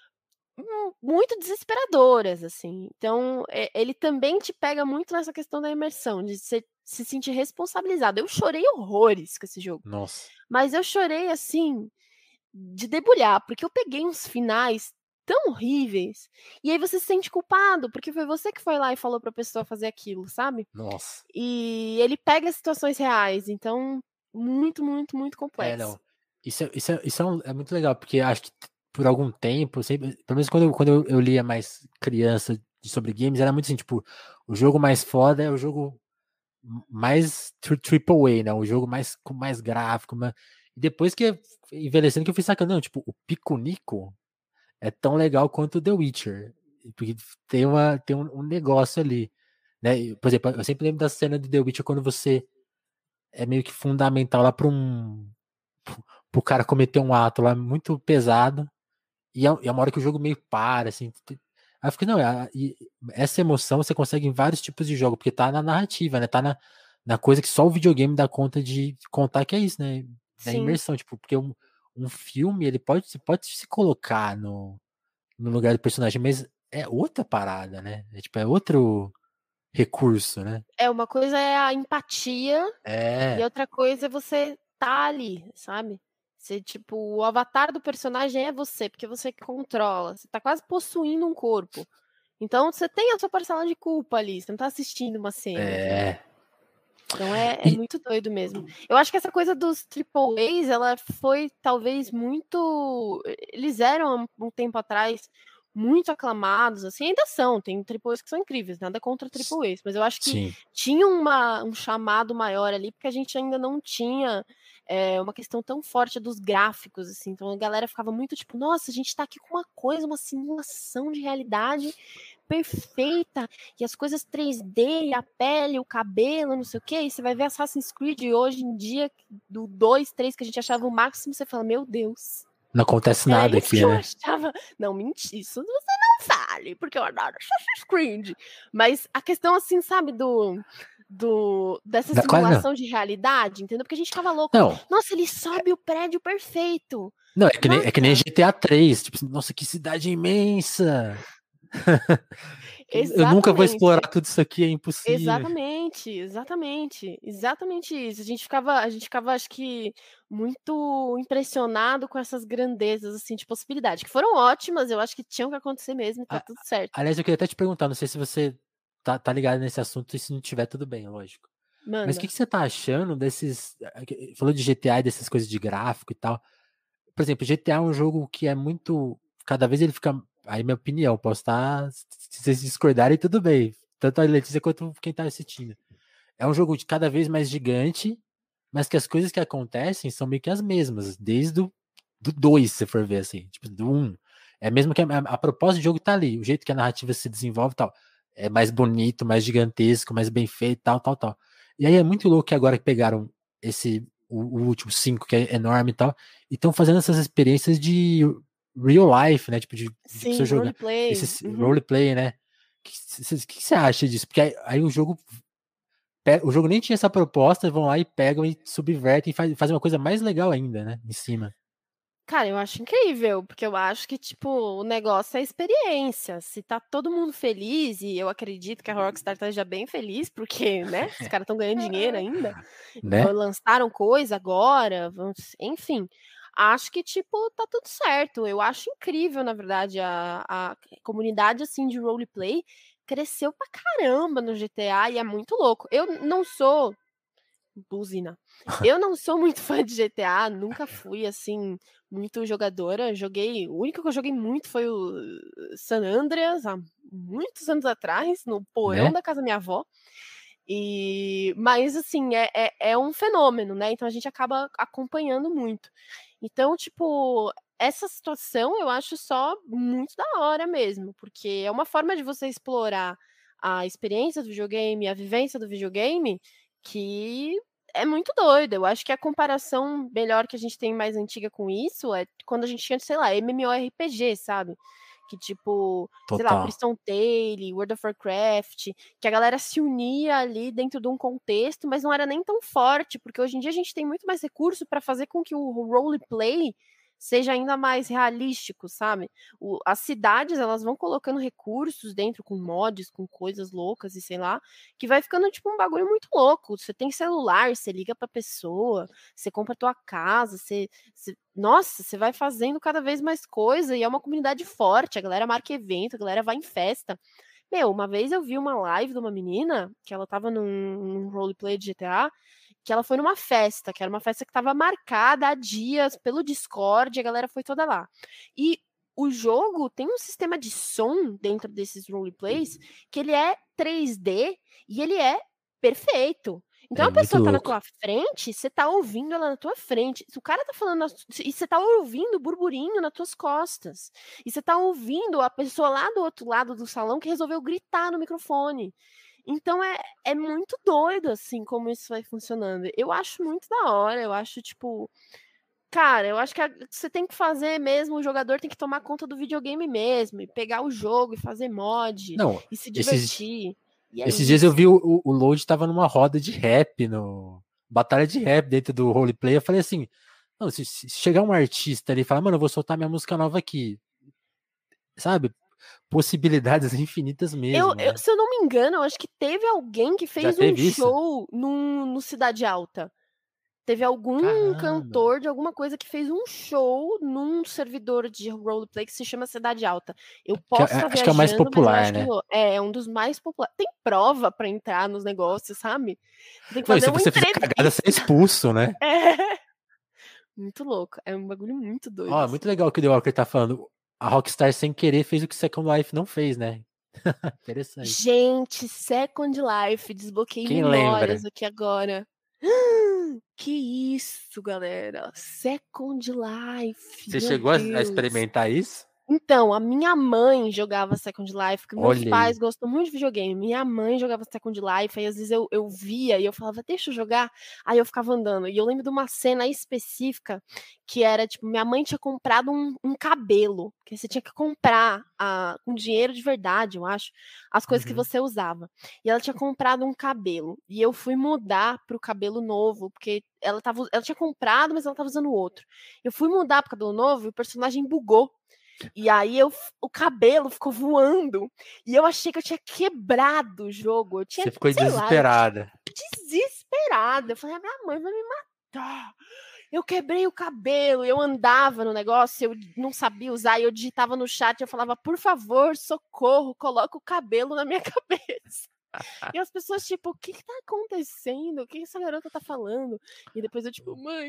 muito desesperadoras, assim. Então, ele também te pega muito nessa questão da imersão, de você se sentir responsabilizado. Eu chorei horrores com esse jogo, Nossa. mas eu chorei, assim, de debulhar, porque eu peguei uns finais tão horríveis, e aí você se sente culpado, porque foi você que foi lá e falou pra pessoa fazer aquilo, sabe? Nossa. E ele pega situações reais, então muito, muito, muito É, complexo. não. Isso é muito legal, porque acho que por algum tempo, sempre, pelo menos quando eu lia mais criança sobre games, era muito assim, tipo, o jogo mais foda é o jogo mais triple A, né? O jogo mais com mais gráfico, e depois que envelhecendo que eu fui sacando, não, tipo, o Pico Nico é tão legal quanto o The Witcher, porque tem um negócio ali, né? Por exemplo, eu sempre lembro da cena do The Witcher quando você é meio que fundamental lá pro cara cometer um ato lá muito pesado, e é uma hora que o jogo meio para, assim. Aí eu fiquei, não, essa emoção você consegue em vários tipos de jogo, porque tá na narrativa, né? Tá na coisa que só o videogame dá conta de contar, que é isso, né? Da Sim, imersão, tipo, porque um filme, ele pode se colocar no lugar do personagem, mas é outra parada, né? Tipo, é outro recurso, né? uma coisa é a empatia e É, outra coisa é você tá ali, sabe. Você, tipo, o avatar do personagem é você, porque você que controla, você tá quase possuindo um corpo. Então você tem a sua parcela de culpa ali, você não tá assistindo uma cena, entendeu. é. Então é E, muito doido mesmo. Eu acho que essa coisa dos triple A's, ela foi talvez muito eles eram há um tempo atrás muito aclamados, assim, ainda são, tem triple A's que são incríveis, nada contra triple A's, mas eu acho que sim. tinha um chamado maior ali, porque a gente ainda não tinha, uma questão tão forte dos gráficos, assim, então a galera ficava muito tipo: "Nossa, a gente tá aqui com uma coisa, uma simulação de realidade perfeita, e as coisas 3D, e a pele, o cabelo, não sei o quê", e você vai ver Assassin's Creed hoje em dia, do 2, 3 que a gente achava o máximo, você fala: "Meu Deus, Não acontece era nada isso aqui, que eu né? achava". Não, mentira, isso você não fale, porque eu adoro Assassin's Creed. Mas a questão, assim, sabe, dessa Quase não. simulação de realidade, entendeu? Porque a gente ficava louco: Não, "Nossa, ele sobe o prédio perfeito. não, é que nem Nossa". GTA 3. Tipo, nossa, que cidade imensa! Eu nunca vou explorar Exatamente. tudo isso aqui, é impossível. Exatamente, exatamente, exatamente isso. A gente ficava acho que muito impressionado com essas grandezas, assim, de possibilidade, que foram ótimas, eu acho que tinham que acontecer mesmo e tá A- tudo certo. Aliás, eu queria até te perguntar, não sei se você tá ligado nesse assunto, e se não tiver, tudo bem, lógico. Mas o que Manda. que você tá achando desses. Falou de GTA e dessas coisas de gráfico e tal. Por exemplo, GTA é um jogo que é muito. Cada vez ele fica. Aí, minha opinião, posso estar. Se vocês discordarem, tudo bem. Tanto a Letícia quanto quem tá assistindo. É um jogo de cada vez mais gigante, mas que as coisas que acontecem são meio que as mesmas, desde do 2, se você for ver assim, tipo, do 1. É mesmo que a proposta do jogo tá ali, o jeito que a narrativa se desenvolve e tal. É mais bonito, mais gigantesco, mais bem feito, tal, tal, tal. E aí é muito louco que agora que pegaram o último 5, que é enorme e tal, e estão fazendo essas experiências de real life, né? Tipo, de pessoa Sim, jogar. roleplay. Esse Uhum. roleplay, né? O que você acha disso? Porque aí o jogo o jogo nem tinha essa proposta, vão lá e pegam e subvertem e fazem uma coisa mais legal ainda, né? Em cima. Cara, eu acho incrível, porque eu acho que, tipo, o negócio é a experiência. Se tá todo mundo feliz, e eu acredito que a Rockstar esteja bem feliz, porque, né, os caras estão ganhando dinheiro ainda, Né? lançaram coisa agora, enfim. Acho que, tipo, tá tudo certo. Eu acho incrível, na verdade, a comunidade, assim, de roleplay cresceu pra caramba no GTA e é muito louco. Eu não sou buzina. Eu não sou muito fã de GTA, nunca fui, assim, muito jogadora. O único que eu joguei muito foi o San Andreas, há muitos anos atrás, no porão Né? da casa da minha avó. Mas, assim, é um fenômeno, né? Então a gente acaba acompanhando muito. Então, tipo, essa situação eu acho só muito da hora mesmo, porque é uma forma de você explorar a experiência do videogame, a vivência do videogame, que é muito doido. Eu acho que a comparação melhor que a gente tem mais antiga com isso é quando a gente tinha, sei lá, MMORPG, sabe? Que tipo, sei lá, Total. Priston Tale, World of Warcraft, que a galera se unia ali dentro de um contexto, mas não era nem tão forte, porque hoje em dia a gente tem muito mais recurso para fazer com que o roleplay seja ainda mais realístico, sabe? As cidades, elas vão colocando recursos dentro com mods, com coisas loucas e sei lá, que vai ficando tipo um bagulho muito louco. Você tem celular, você liga pra pessoa, você compra a tua casa, nossa, você vai fazendo cada vez mais coisa e é uma comunidade forte, a galera marca evento, a galera vai em festa. Meu, uma vez eu vi uma live de uma menina que ela tava num roleplay de GTA, que ela foi numa festa, que era uma festa que estava marcada há dias pelo Discord, e a galera foi toda lá. E o jogo tem um sistema de som dentro desses roleplays que ele é 3D e ele é perfeito. Então É a muito pessoa tá na louco. tua frente, você tá ouvindo ela na tua frente. Se o cara tá falando e você tá ouvindo o burburinho nas tuas costas. E você tá ouvindo a pessoa lá do outro lado do salão que resolveu gritar no microfone. Então é muito doido, assim, como isso vai funcionando. Eu acho muito da hora, eu acho, tipo. Cara, eu acho que você tem que fazer mesmo, o jogador tem que tomar conta do videogame mesmo, e pegar o jogo e fazer mod, Não, e se esses, divertir. E é esses dias eu isso. vi o Load tava numa roda de rap, no batalha de rap dentro do roleplay. Eu falei assim: não, se chegar um artista ali e falar, mano, eu vou soltar minha música nova aqui, sabe? Possibilidades infinitas mesmo, né? Se eu não me engano, eu acho que teve alguém que Já fez um teve isso? show no Cidade Alta. Teve algum Caramba! cantor de alguma coisa que fez um show num servidor de roleplay que se chama Cidade Alta. Eu posso estar Acho que é o mais viajando, mas eu popular, acho que né? é um dos mais populares. Tem prova para entrar nos negócios, sabe? Você tem que Não, e fazer se uma você fizer cagada, você é entrevista. expulso, né? É muito louco. É um bagulho muito doido, Ó, é muito assim. legal o que o The Walker tá falando. A Rockstar, sem querer, fez o que Second Life não fez, né? Interessante. Gente, Second Life, desbloqueei Quem memórias lembra? aqui agora. Que isso, galera? Second Life, Você meu chegou a Deus. experimentar isso? Então, a minha mãe jogava Second Life, porque meus Olha pais aí. gostam muito de videogame. Minha mãe jogava Second Life, aí às vezes eu via e eu falava, deixa eu jogar. Aí eu ficava andando. E eu lembro de uma cena específica que era, tipo, minha mãe tinha comprado um cabelo, que você tinha que comprar com dinheiro de verdade, eu acho, as coisas que Uhum. você usava. E ela tinha comprado um cabelo. E eu fui mudar pro cabelo novo, porque ela tinha comprado, mas ela tava usando outro. Eu fui mudar pro cabelo novo e o personagem bugou. E aí o cabelo ficou voando. E eu achei que eu tinha quebrado o jogo. Eu tinha, Você ficou sei lá, eu tinha desesperada. desesperada. Eu falei, a minha mãe vai me matar. Eu quebrei o cabelo, eu andava no negócio, eu não sabia usar, e eu digitava no chat, eu falava, por favor, socorro, coloca o cabelo na minha cabeça. E as pessoas, tipo, o que tá acontecendo? O que essa garota tá falando? E depois eu, tipo, mãe,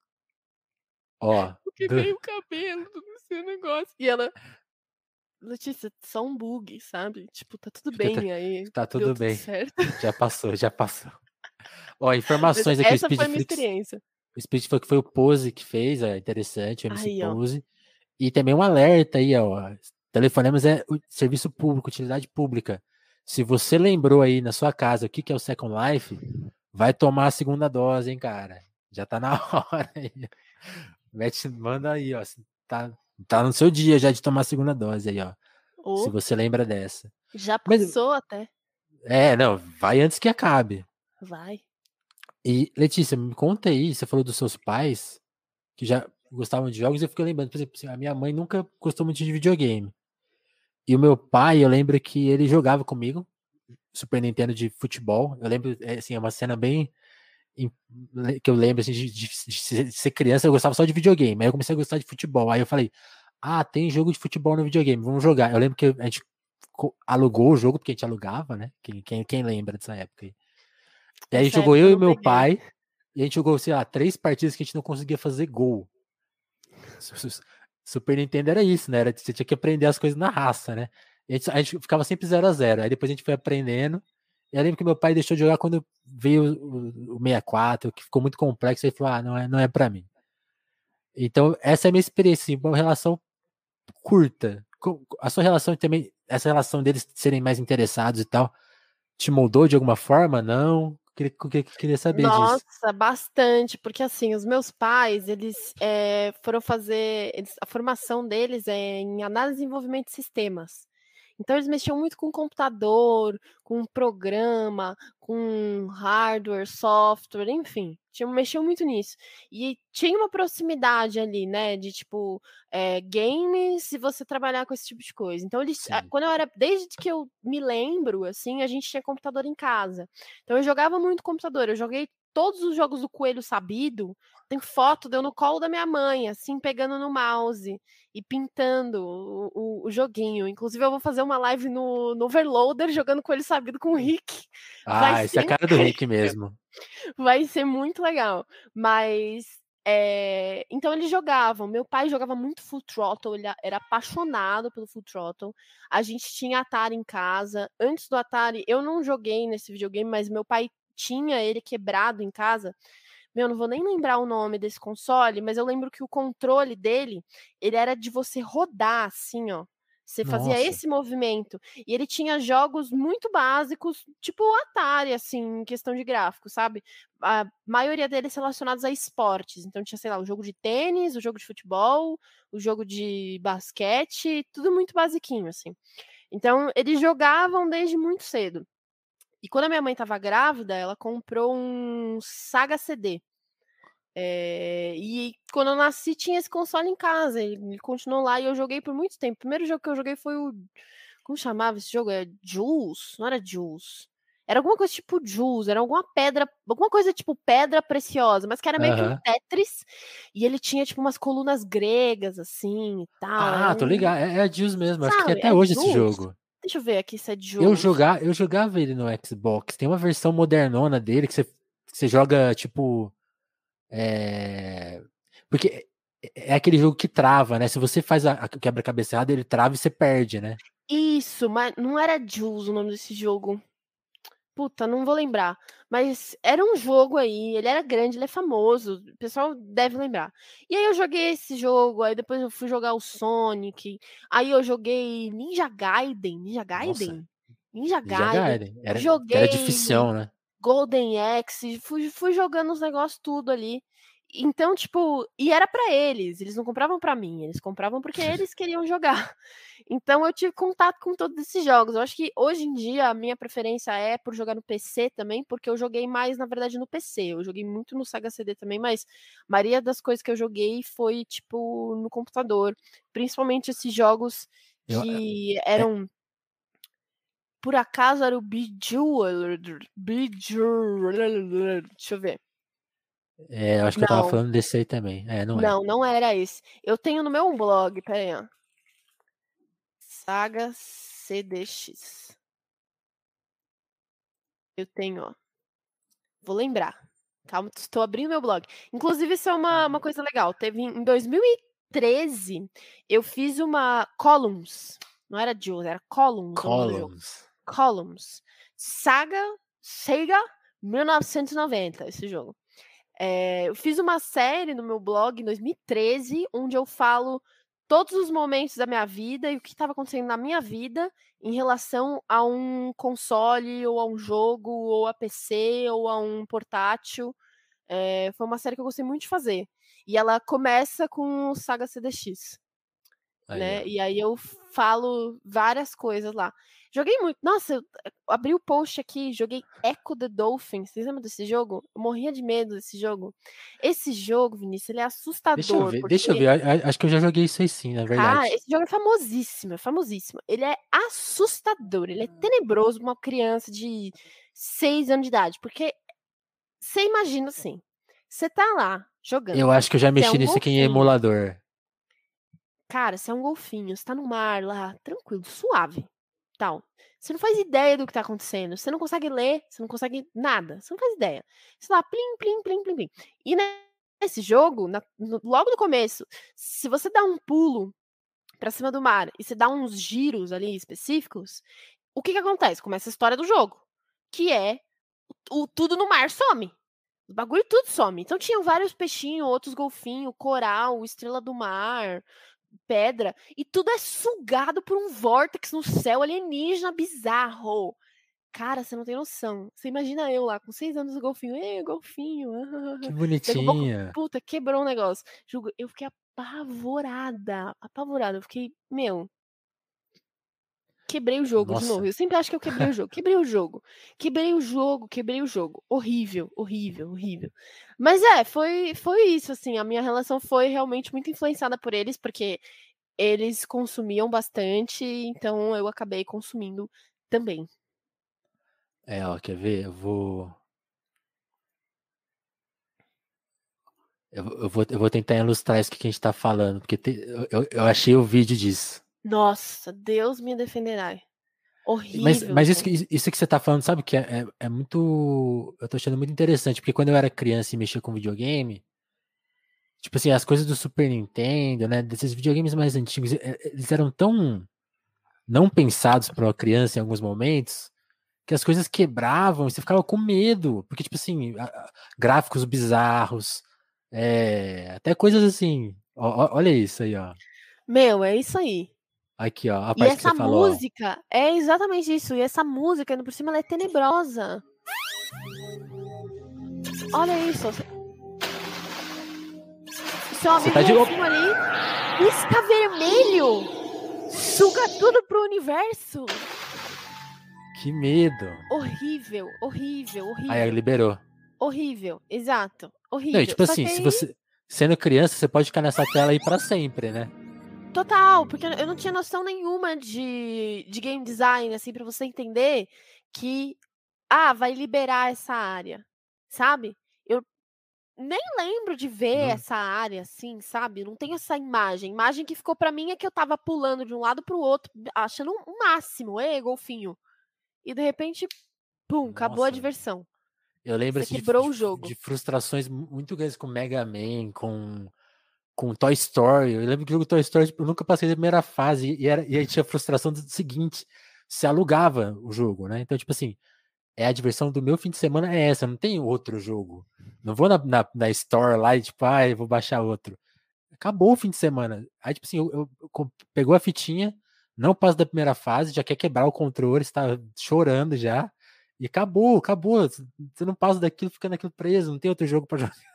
Ó, eu quebrei o cabelo do seu negócio. E ela, Letícia, só um bug, sabe? Tipo, tá tudo tá, bem aí, tá deu tudo tudo bem. certo. Já passou, já passou. Ó, Mas informações aqui, o essa foi a minha Speedflix. experiência. O Speedflix foi o Pose que fez, é interessante, o MC Aí, ó. Pose. E também um alerta aí, ó. Telefonemas é o serviço público, utilidade pública. Se você lembrou aí na sua casa o que é o Second Life, vai tomar a segunda dose, hein, cara. Já tá na hora aí. Manda aí, ó. Tá no seu dia já de tomar a segunda dose aí, ó. Se Ou você lembra dessa. já Mas, passou até. não, vai antes que acabe. Vai. E, Letícia, me conta aí, você falou dos seus pais, que já gostavam de jogos, e eu fico lembrando, por exemplo, assim, a minha mãe nunca gostou muito de videogame. E o meu pai, eu lembro que ele jogava comigo, Super Nintendo de futebol. Eu lembro, assim, é uma cena bem que eu lembro assim, de ser criança, eu gostava só de videogame. Aí eu comecei a gostar de futebol. Aí eu falei, tem jogo de futebol no videogame, vamos jogar. Eu lembro que a gente alugou o jogo, porque a gente alugava, né? Quem lembra dessa época aí? E aí Essa jogou época eu eu e não meu peguei. pai, e a gente jogou, sei lá, 3 partidas que a gente não conseguia fazer gol. Super Nintendo era isso, né? Você tinha que aprender as coisas na raça, né? A gente ficava sempre 0-0. Aí depois a gente foi aprendendo Eu lembro que meu pai deixou de jogar quando veio o 64, que ficou muito complexo, ele falou, não é pra mim. Então, essa é a minha experiência, assim, uma relação curta. A sua relação também, essa relação deles serem mais interessados e tal, te moldou de alguma forma? Não? Queria saber disso. Nossa, bastante, porque assim, os meus pais, eles foram fazer, a formação deles é em análise e desenvolvimento de sistemas. Então eles mexiam muito com computador, com programa, com hardware, software, enfim, mexiam muito nisso. E tinha uma proximidade ali, né, de tipo, games e você trabalhar com esse tipo de coisa. Então eles, Sim. quando eu era, desde que eu me lembro, assim, a gente tinha computador em casa. Então eu jogava muito computador, eu joguei todos os jogos do Coelho Sabido, tem foto de eu no colo da minha mãe, assim, pegando no mouse e pintando o joguinho. Inclusive, eu vou fazer uma live no Overloader jogando Coelho Sabido com o Rick. Vai Essa é ser a cara do Rick mesmo. vai ser muito legal. Mas, então eles jogavam. Meu pai jogava muito Full Throttle, ele era apaixonado pelo Full Throttle. A gente tinha Atari em casa. Antes do Atari, eu não joguei nesse videogame, mas meu pai tinha ele quebrado em casa. Meu, não vou nem lembrar o nome desse console, mas eu lembro que o controle dele, ele era de você rodar assim, ó. Você fazia Nossa. esse movimento. E ele tinha jogos muito básicos, tipo o Atari, assim, em questão de gráfico, sabe? A maioria deles relacionados a esportes. Então tinha, sei lá, o jogo de tênis, o jogo de futebol, o jogo de basquete, tudo muito basiquinho, assim. Então, eles jogavam desde muito cedo. E quando a minha mãe estava grávida, ela comprou um Saga CD. E quando eu nasci, tinha esse console em casa. Ele continuou lá e eu joguei por muito tempo. O primeiro jogo que eu joguei foi o. Como chamava esse jogo? É Jules? Não era Jules. Era alguma coisa tipo Jules, era alguma pedra, alguma coisa tipo pedra preciosa, mas que era meio que um Aham. Tetris, e ele tinha tipo umas colunas gregas assim e tal. Era Tô ligado. É a Jules mesmo. Acho que tem sabe, até é hoje esse Jules? jogo. Deixa eu ver aqui se é Jules. Eu jogava ele no Xbox. Tem uma versão modernona dele que você joga, tipo. Porque é aquele jogo que trava, né? Se você faz o quebra-cabeça errado, ele trava e você perde, né? Isso, mas não era Jules o nome desse jogo. Puta, não vou lembrar. Mas era um jogo aí, ele era grande, ele é famoso, o pessoal deve lembrar. E aí eu joguei esse jogo, aí depois eu fui jogar o Sonic, aí eu joguei Ninja Gaiden, Ninja Nossa, Gaiden? Ninja Ninja Gaiden. Gaiden. Era Joguei dificião, né? Golden Axe, fui jogando os negócios tudo ali. Então, tipo, e era pra eles não compravam pra mim, eles compravam porque eles queriam jogar. Então eu tive contato com todos esses jogos. Eu acho que hoje em dia a minha preferência é por jogar no PC também, porque eu joguei mais, na verdade, no PC. Eu joguei muito no Sega CD também, mas a maioria das coisas que eu joguei foi, tipo, no computador. Principalmente esses jogos Eu, que é, eram por acaso era o Bejeweled. Deixa eu ver. eu acho que eu tava Não, falando desse aí também. Não é. não era esse. Eu tenho no meu blog, pera aí, ó. Saga CDX. Eu tenho, ó. Vou lembrar. Calma, estou abrindo meu blog. Inclusive, isso é uma coisa legal. Teve em 2013, eu fiz uma Columns. Não era Jules, era Columns o nome do jogo. Columns. Columns. Sega 1990, esse jogo. Eu fiz uma série no meu blog em 2013, onde eu falo todos os momentos da minha vida e o que estava acontecendo na minha vida em relação a um console, ou a um jogo, ou a PC, ou a um portátil. Foi uma série que eu gostei muito de fazer. E ela começa com o Saga CDX, Aí, ó. né? E aí eu falo várias coisas lá. Joguei muito. Nossa, eu abri o post aqui, joguei Echo the Dolphin. Vocês lembram desse jogo? Eu morria de medo desse jogo. Esse jogo, Vinícius, ele é assustador, Deixa eu porque, ver. Acho que eu já joguei isso aí sim, na cara, verdade. esse jogo é famosíssimo, é famosíssimo. Ele é assustador, ele é tenebroso pra uma criança de 6 anos de idade, porque você imagina assim, você tá lá jogando, Eu acho que eu já você é mexi um nisso aqui em golfinho, emulador. cara, você é um golfinho, você tá no mar lá, tranquilo, suave, tal. Você não faz ideia do que tá acontecendo, você não consegue ler, você não consegue nada, você não faz ideia. Você lá, plim, plim, plim, plim, plim. E nesse jogo, logo no começo, se você dá um pulo pra cima do mar e você dá uns giros ali específicos, o que que acontece? Começa a história do jogo. que é tudo no mar some. O bagulho tudo some. Então tinham vários peixinhos, outros golfinhos, coral, estrela do mar, pedra, e tudo é sugado por um vórtex no céu alienígena bizarro. Cara, você não tem noção. Você imagina eu lá, com 6 anos, o golfinho. Ei, golfinho. Que Daqui a pouco, bonitinha. puta, quebrou um negócio. Eu fiquei apavorada. Eu fiquei, meu, quebrei o jogo de novo. Nossa. Eu sempre acho que eu quebrei o jogo. Quebrei o jogo. Horrível. Mas foi isso, assim. A minha relação foi realmente muito influenciada por eles, porque eles consumiam bastante, então eu acabei consumindo também. Ó, quer ver? Eu vou tentar ilustrar isso que a gente tá falando, porque eu achei o vídeo disso. Nossa, Deus me defenderá. Mas, Horrível, mas gente. isso que você tá falando, sabe que é muito. Eu tô achando muito interessante, porque quando eu era criança e mexia com videogame, tipo assim, as coisas do Super Nintendo, né? Desses videogames mais antigos, eles eram tão não pensados para uma criança em alguns momentos, que as coisas quebravam e você ficava com medo. Porque, tipo assim, gráficos bizarros, até coisas assim. Olha isso aí, ó. Meu, é isso aí. Aqui, ó, a E parte que você essa falou, ó. música é exatamente isso. E essa música, ainda por cima, ela é tenebrosa. Olha isso. Seu Você amigo tá de. golfinho ali pisca vermelho. Suga tudo pro universo. Que medo. Horrível. Aí liberou. Horrível, exato. Não, e Horrível. tipo Só assim, que se aí, você. Sendo criança, você pode ficar nessa tela aí pra sempre, né? total, porque eu não tinha noção nenhuma de game design, assim, pra você entender que, vai liberar essa área, sabe? Eu nem lembro de ver Não- essa área, assim, sabe? Não tenho essa imagem. A imagem que ficou pra mim é que eu tava pulando de um lado pro outro, achando um máximo, golfinho. E de repente, pum, acabou a Nossa. diversão. Eu lembro Você assim, quebrou o jogo. de frustrações muito grandes com Mega Man, com Toy Story. Eu lembro que o jogo Toy Story, tipo, eu nunca passei da primeira fase e aí tinha a frustração do seguinte: você alugava o jogo, né? Então, tipo assim, a diversão do meu fim de semana é essa, não tem outro jogo. Não vou na Store lá e tipo, eu vou baixar outro. Acabou o fim de semana. Aí, tipo assim, pegou a fitinha, não passa da primeira fase, já quer quebrar o controle, está chorando já. E acabou. Você não passa daquilo, fica naquilo preso, não tem outro jogo pra jogar.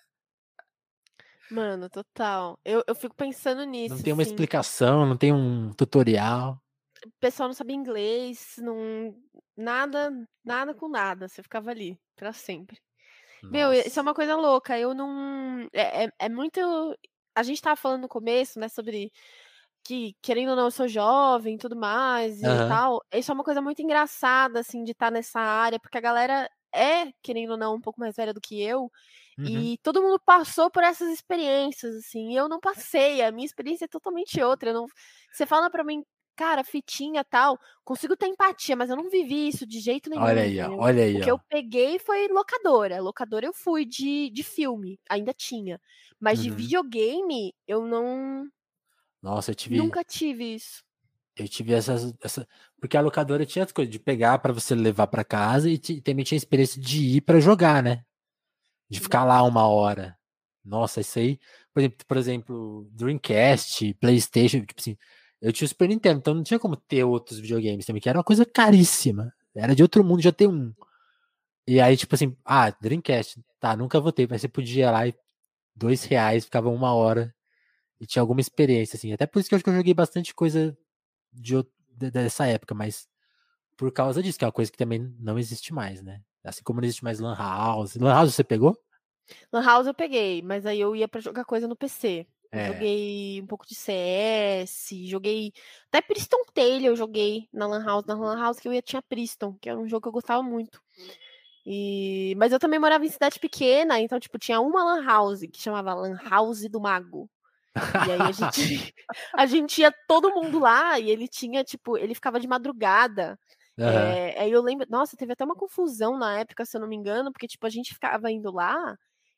Mano, total. Eu fico pensando Não nisso, tem uma assim. explicação, não tem um tutorial. O pessoal não sabia inglês, não, nada com nada. Você ficava ali pra sempre. Meu, isso é Nossa. uma coisa louca. Eu não. É muito. A gente tava falando no começo, né, sobre que, querendo ou não, eu sou jovem e tudo mais e Aham. tal. Isso é uma coisa muito engraçada, assim, de estar nessa área, porque a galera querendo ou não, um pouco mais velha do que eu. Uhum. E todo mundo passou por essas experiências, assim, e eu não passei. A minha experiência é totalmente outra. Eu não... Você fala pra mim, cara, fitinha tal, consigo ter empatia, mas eu não vivi isso de jeito Olha nenhum, aí, ó. entendeu? Olha O aí, que eu ó. peguei foi locadora. Locadora eu fui de filme, ainda tinha. Mas de Uhum. videogame, eu não. Nossa, Nunca tive isso. eu tive porque a locadora tinha as coisas de pegar pra você levar pra casa e também tinha a experiência de ir pra jogar, né? De ficar lá Nossa. uma hora. Nossa, isso aí, por exemplo, Dreamcast, PlayStation, tipo assim, eu tinha o Super Nintendo, então não tinha como ter outros videogames também, que era uma coisa caríssima. Era de outro mundo já ter um. E aí, tipo assim, Dreamcast, tá, nunca vou ter, mas você podia ir lá e R$ 2, ficava uma hora e tinha alguma experiência, assim. Até por isso que eu acho que eu joguei bastante coisa dessa época, mas por causa disso, que é uma coisa que também não existe mais, né? Assim como não existe mais Lan House. Lan House você pegou? Lan House eu peguei, mas aí eu ia pra jogar coisa no PC. Eu É. joguei um pouco de CS, joguei. Até Priston Tale eu joguei na Lan House. Na Lan House que eu ia tinha Priston, que era um jogo que eu gostava muito. Mas eu também morava em cidade pequena, então, tipo, tinha uma Lan House que chamava Lan House do Mago. E aí a gente, a gente ia todo mundo lá e ele tinha, tipo, ele ficava de madrugada. Aham. Aí eu lembro, nossa, teve até uma confusão na época, se eu não me engano, porque, tipo, a gente ficava indo lá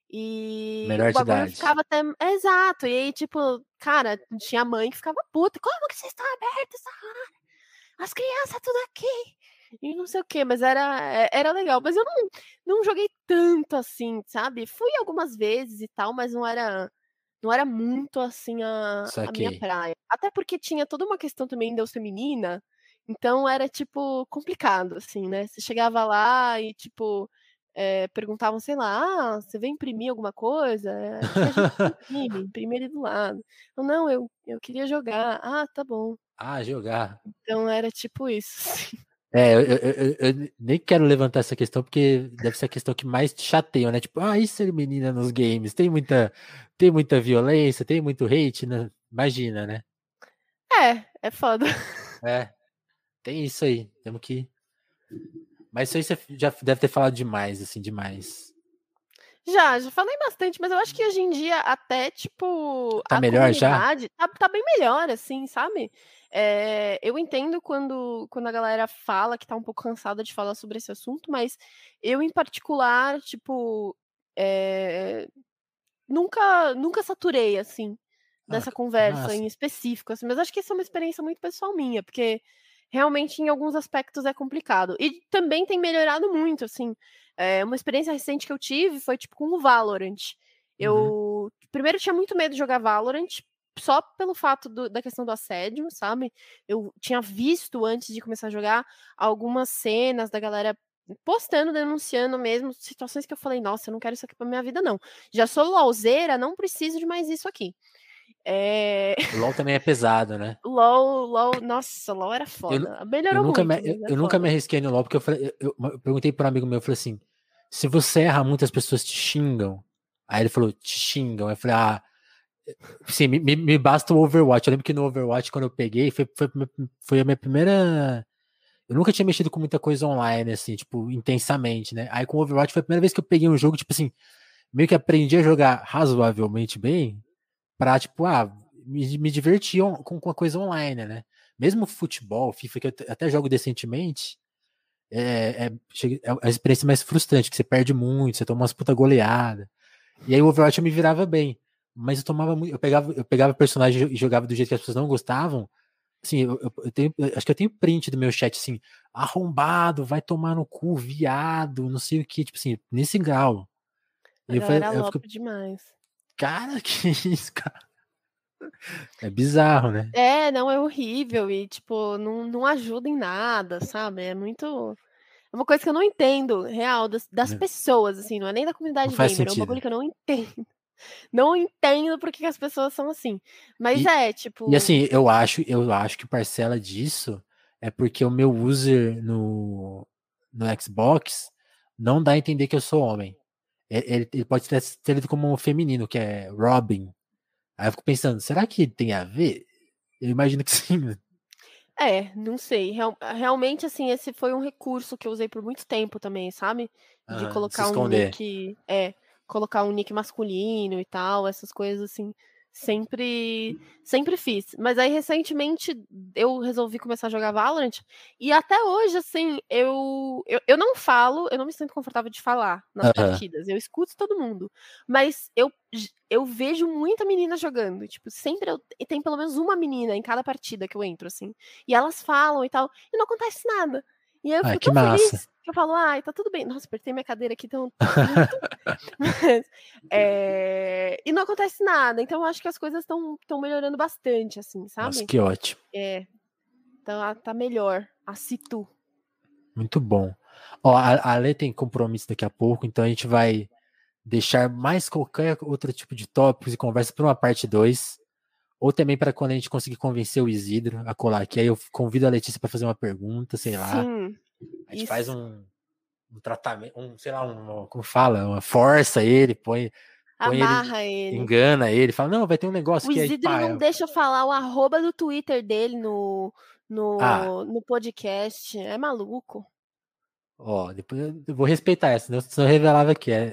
e o Menor de bagulho idade. ficava até. Exato, e aí, tipo, cara, tinha mãe que ficava puta, como que vocês estão abertos essa hora? As crianças tudo aqui. e não sei o quê, mas era legal. Mas eu não joguei tanto assim, sabe? Fui algumas vezes e tal, mas não era muito assim a minha Saquei. praia. Até porque tinha toda uma questão também de eu ser menina, então era, tipo, complicado, assim, né? Você chegava lá e, tipo, perguntavam, sei lá: "Ah, você veio imprimir alguma coisa? Aqui a gente imprime ali do lado". Eu: "Não, eu queria jogar". "Ah, tá bom". Ah, jogar. Então era tipo isso, assim. Eu nem quero levantar essa questão, porque deve ser a questão que mais te chateia, né? Tipo, e ser menina nos games? Tem muita violência, tem muito hate, né? Imagina, né? É foda. É, tem isso aí. Temos que. Mas isso aí você já deve ter falado demais, assim, demais. Já falei bastante, mas eu acho que hoje em dia até, tipo, Tá a melhor já? comunidade tá bem melhor, assim, sabe. Eu entendo quando a galera fala que tá um pouco cansada de falar sobre esse assunto, mas eu em particular, tipo, eh, nunca saturei, assim, Ah, dessa que conversa massa. em específico, assim, mas acho que isso é uma experiência muito pessoal minha, porque realmente em alguns aspectos é complicado. E também tem melhorado muito, assim, uma experiência recente que eu tive foi, tipo, com o Valorant. Uhum. Eu primeiro tinha muito medo de jogar Valorant, só pelo fato da questão do assédio, sabe. Eu tinha visto antes de começar a jogar algumas cenas da galera postando, denunciando mesmo, situações que eu falei: "Nossa, eu não quero isso aqui pra minha vida não. Já sou LOLzeira, não preciso de mais isso aqui". Eh, O LoL também é pesado, né? LOL, nossa, LOL era Eu, nu- foda. Melhorou muito, mas é eu nunca me foda. arrisquei no LoL, porque eu falei, eu perguntei para um amigo meu, eu falei assim, se você erra, muitas pessoas te xingam. Aí ele falou, te xingam. Aí eu falei, sim, me basta o Overwatch. Eu lembro que no Overwatch, quando eu peguei, foi a minha primeira. Eu nunca tinha mexido com muita coisa online, assim, tipo, intensamente, né? Aí com o Overwatch foi a primeira vez que eu peguei um jogo, tipo assim, meio que aprendi a jogar razoavelmente bem, pra, tipo, me divertir com a coisa online, né? Mesmo futebol, FIFA, que eu até jogo decentemente, é a experiência mais frustrante, que você perde muito, você toma umas puta goleada. E aí o Overwatch eu me virava bem. Mas eu tomava muito. Eu pegava personagem e jogava do jeito que as pessoas não gostavam. Assim, acho que eu tenho print do meu chat, assim, arrombado, vai tomar no cu, viado, não sei o que, tipo assim, nesse grau. A E galera eu fico, aloca demais. cara, que isso, cara? É bizarro, né? Não, é horrível e, tipo, não ajuda em nada, sabe. É uma coisa que eu não entendo, real, das pessoas, assim, não é nem da Não comunidade faz gamer, é um bagulho sentido. que eu não entendo. Não entendo por que as pessoas são assim. Mas E, e tipo. assim, eu acho que parcela disso é porque o meu user no Xbox não dá a entender que eu sou homem. Ele pode ter lido como um feminino, que é Robin. Aí eu fico pensando, será que tem a ver? Eu imagino que sim, né? Não sei. Realmente, assim, esse foi um recurso que eu usei por muito tempo também, sabe? De Se esconder. colocar um nick masculino e tal, essas coisas assim. Sempre fiz. Mas aí, recentemente, eu resolvi começar a jogar Valorant. E até hoje, assim, eu não falo, eu não me sinto confortável de falar nas Aham. partidas. Eu escuto todo mundo. Mas eu vejo muita menina jogando. Tipo, sempre tem pelo menos uma menina em cada partida que eu entro, assim. E elas falam e tal, e não acontece nada. E aí eu Ah, fico que tão massa. feliz que eu falo: "Ai, tá tudo bem". Nossa, apertei minha cadeira aqui, tão muito. Mas, e não acontece nada, então eu acho que as coisas estão melhorando bastante, assim, Nossa, sabe. que ótimo. É, tá melhor, a situ. Muito bom. Ó, a Lê tem compromisso daqui a pouco, então a gente vai deixar mais qualquer outro tipo de tópicos e conversa para uma parte 2, ou também para quando a gente conseguir convencer o Isidro a colar aqui. Aí eu convido a Letícia para fazer uma pergunta, sei lá. Sim, A gente faz isso. um tratamento, sei lá, como fala, uma força ele, põe ele, Amarra ele. engana ele, fala, não, vai ter um negócio O que aí, Isidro pá, não deixa eu falar o arroba do Twitter dele ah, no podcast, é maluco. ó, depois eu vou respeitar essa, senão eu revelava que é.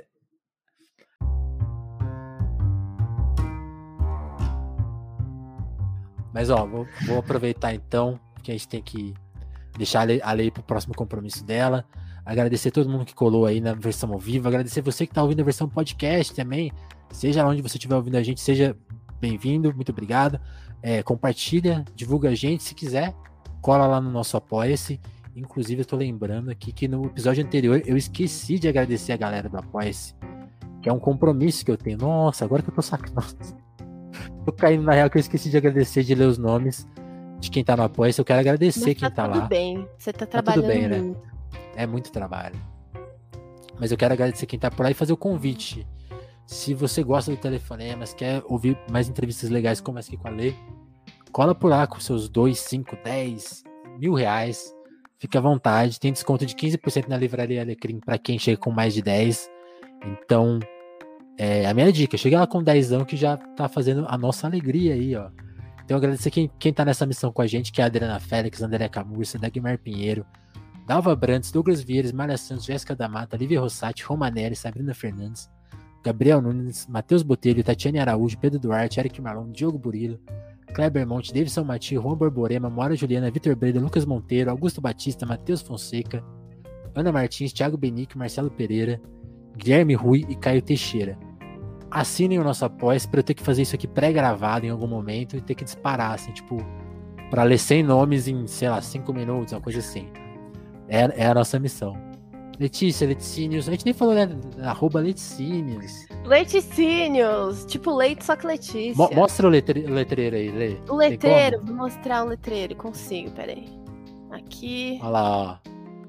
Mas ó, vou aproveitar então, que a gente tem que deixar a lei para o próximo compromisso dela. Agradecer todo mundo que colou aí na versão ao vivo. Agradecer você que está ouvindo a versão podcast também. Seja onde você estiver ouvindo a gente, seja bem-vindo, muito obrigado. Compartilha, divulga a gente se quiser. Cola lá no nosso Apoia-se. Inclusive, eu tô lembrando aqui que no episódio anterior eu esqueci de agradecer a galera do Apoia-se, que é um compromisso que eu tenho. Nossa, agora que eu tô sacando. Tô caindo na real que eu esqueci de agradecer, de ler os nomes de quem tá no Apoia-se. Eu quero agradecer quem tá lá. Tudo bem, você tá trabalhando tudo bem, muito. Né? É muito trabalho. Mas eu quero agradecer quem tá por lá e fazer o convite. Se você gosta do Telefonemas, quer ouvir mais entrevistas legais como essa aqui com a Lê, cola por lá com seus 2, 5, 10, R$1.000. Fique à vontade. Tem desconto de 15% na Livraria Alecrim para quem chega com mais de 10. Então, a minha dica, chega lá com 10 que já tá fazendo a nossa alegria aí, ó. Então, agradecer quem tá nessa missão com a gente, que é a Adriana Félix, André Camurça, Dagmar Pinheiro, Dalva Brandes, Douglas Vieira, Mária Santos, Jéssica da Mata, Lívia Rossati, Romanelli, Sabrina Fernandes, Gabriel Nunes, Matheus Botelho, Tatiane Araújo, Pedro Duarte, Eric Marlon, Diogo Burilo, Kleber Monte, Davidson Mati, Juan Borborema, Moara Juliana, Vitor Breda, Lucas Monteiro, Augusto Batista, Matheus Fonseca, Ana Martins, Thiago Benique, Marcelo Pereira, Guilherme Rui e Caio Teixeira. Assinem o nosso apoio para eu ter que fazer isso aqui pré-gravado em algum momento e ter que disparar, assim, tipo, para ler 100 nomes em, sei lá, 5 minutos, uma coisa assim. É a nossa missão. Letícia, Leticínios, a gente nem falou, né? @Leticínios. Leticínios, tipo leite, só que Letícia. Mostra o letreiro aí, Lê. O letreiro, vou mostrar o letreiro, consigo, peraí. Aqui. Olha lá, ó.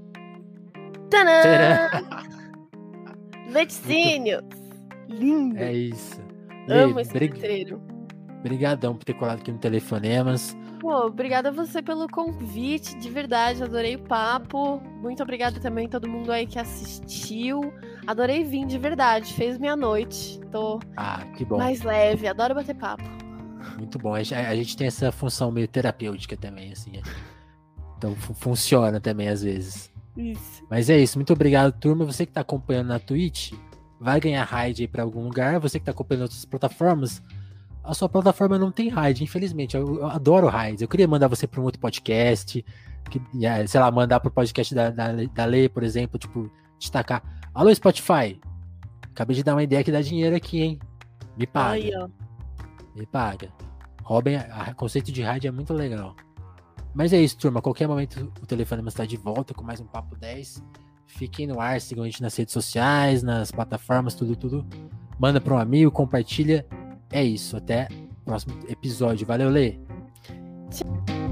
Tadã! Leticínios. Lindo. É isso. Amo esse letreiro. Obrigadão por ter colado aqui no Telefonemas. Pô, obrigada a você pelo convite, de verdade, adorei o papo. Muito obrigada também a todo mundo aí que assistiu. Adorei vir, de verdade, fez minha noite. Tô que bom. Mais leve, adoro bater papo. Muito bom, a gente tem essa função meio terapêutica também, assim. Então funciona também às vezes. Isso. Mas é isso, muito obrigado, turma. Você que tá acompanhando na Twitch, vai ganhar raid aí pra algum lugar. Você que tá acompanhando outras plataformas, a sua plataforma não tem raid, infelizmente. Eu adoro raids. Eu queria mandar você para um outro podcast, sei lá, mandar pro podcast da Lê, por exemplo, tipo, destacar. Alô, Spotify, acabei de dar uma ideia que dá dinheiro aqui, hein? Me paga. Aí, ó. Me paga. Robin, o conceito de raid é muito legal. Mas é isso, turma. A qualquer momento o Telefonemas está de volta com mais um Papo 10. Fiquem no ar, sigam a gente nas redes sociais, nas plataformas, tudo. Manda para um amigo, compartilha. É isso, até o próximo episódio. Valeu, Lê! Tchau.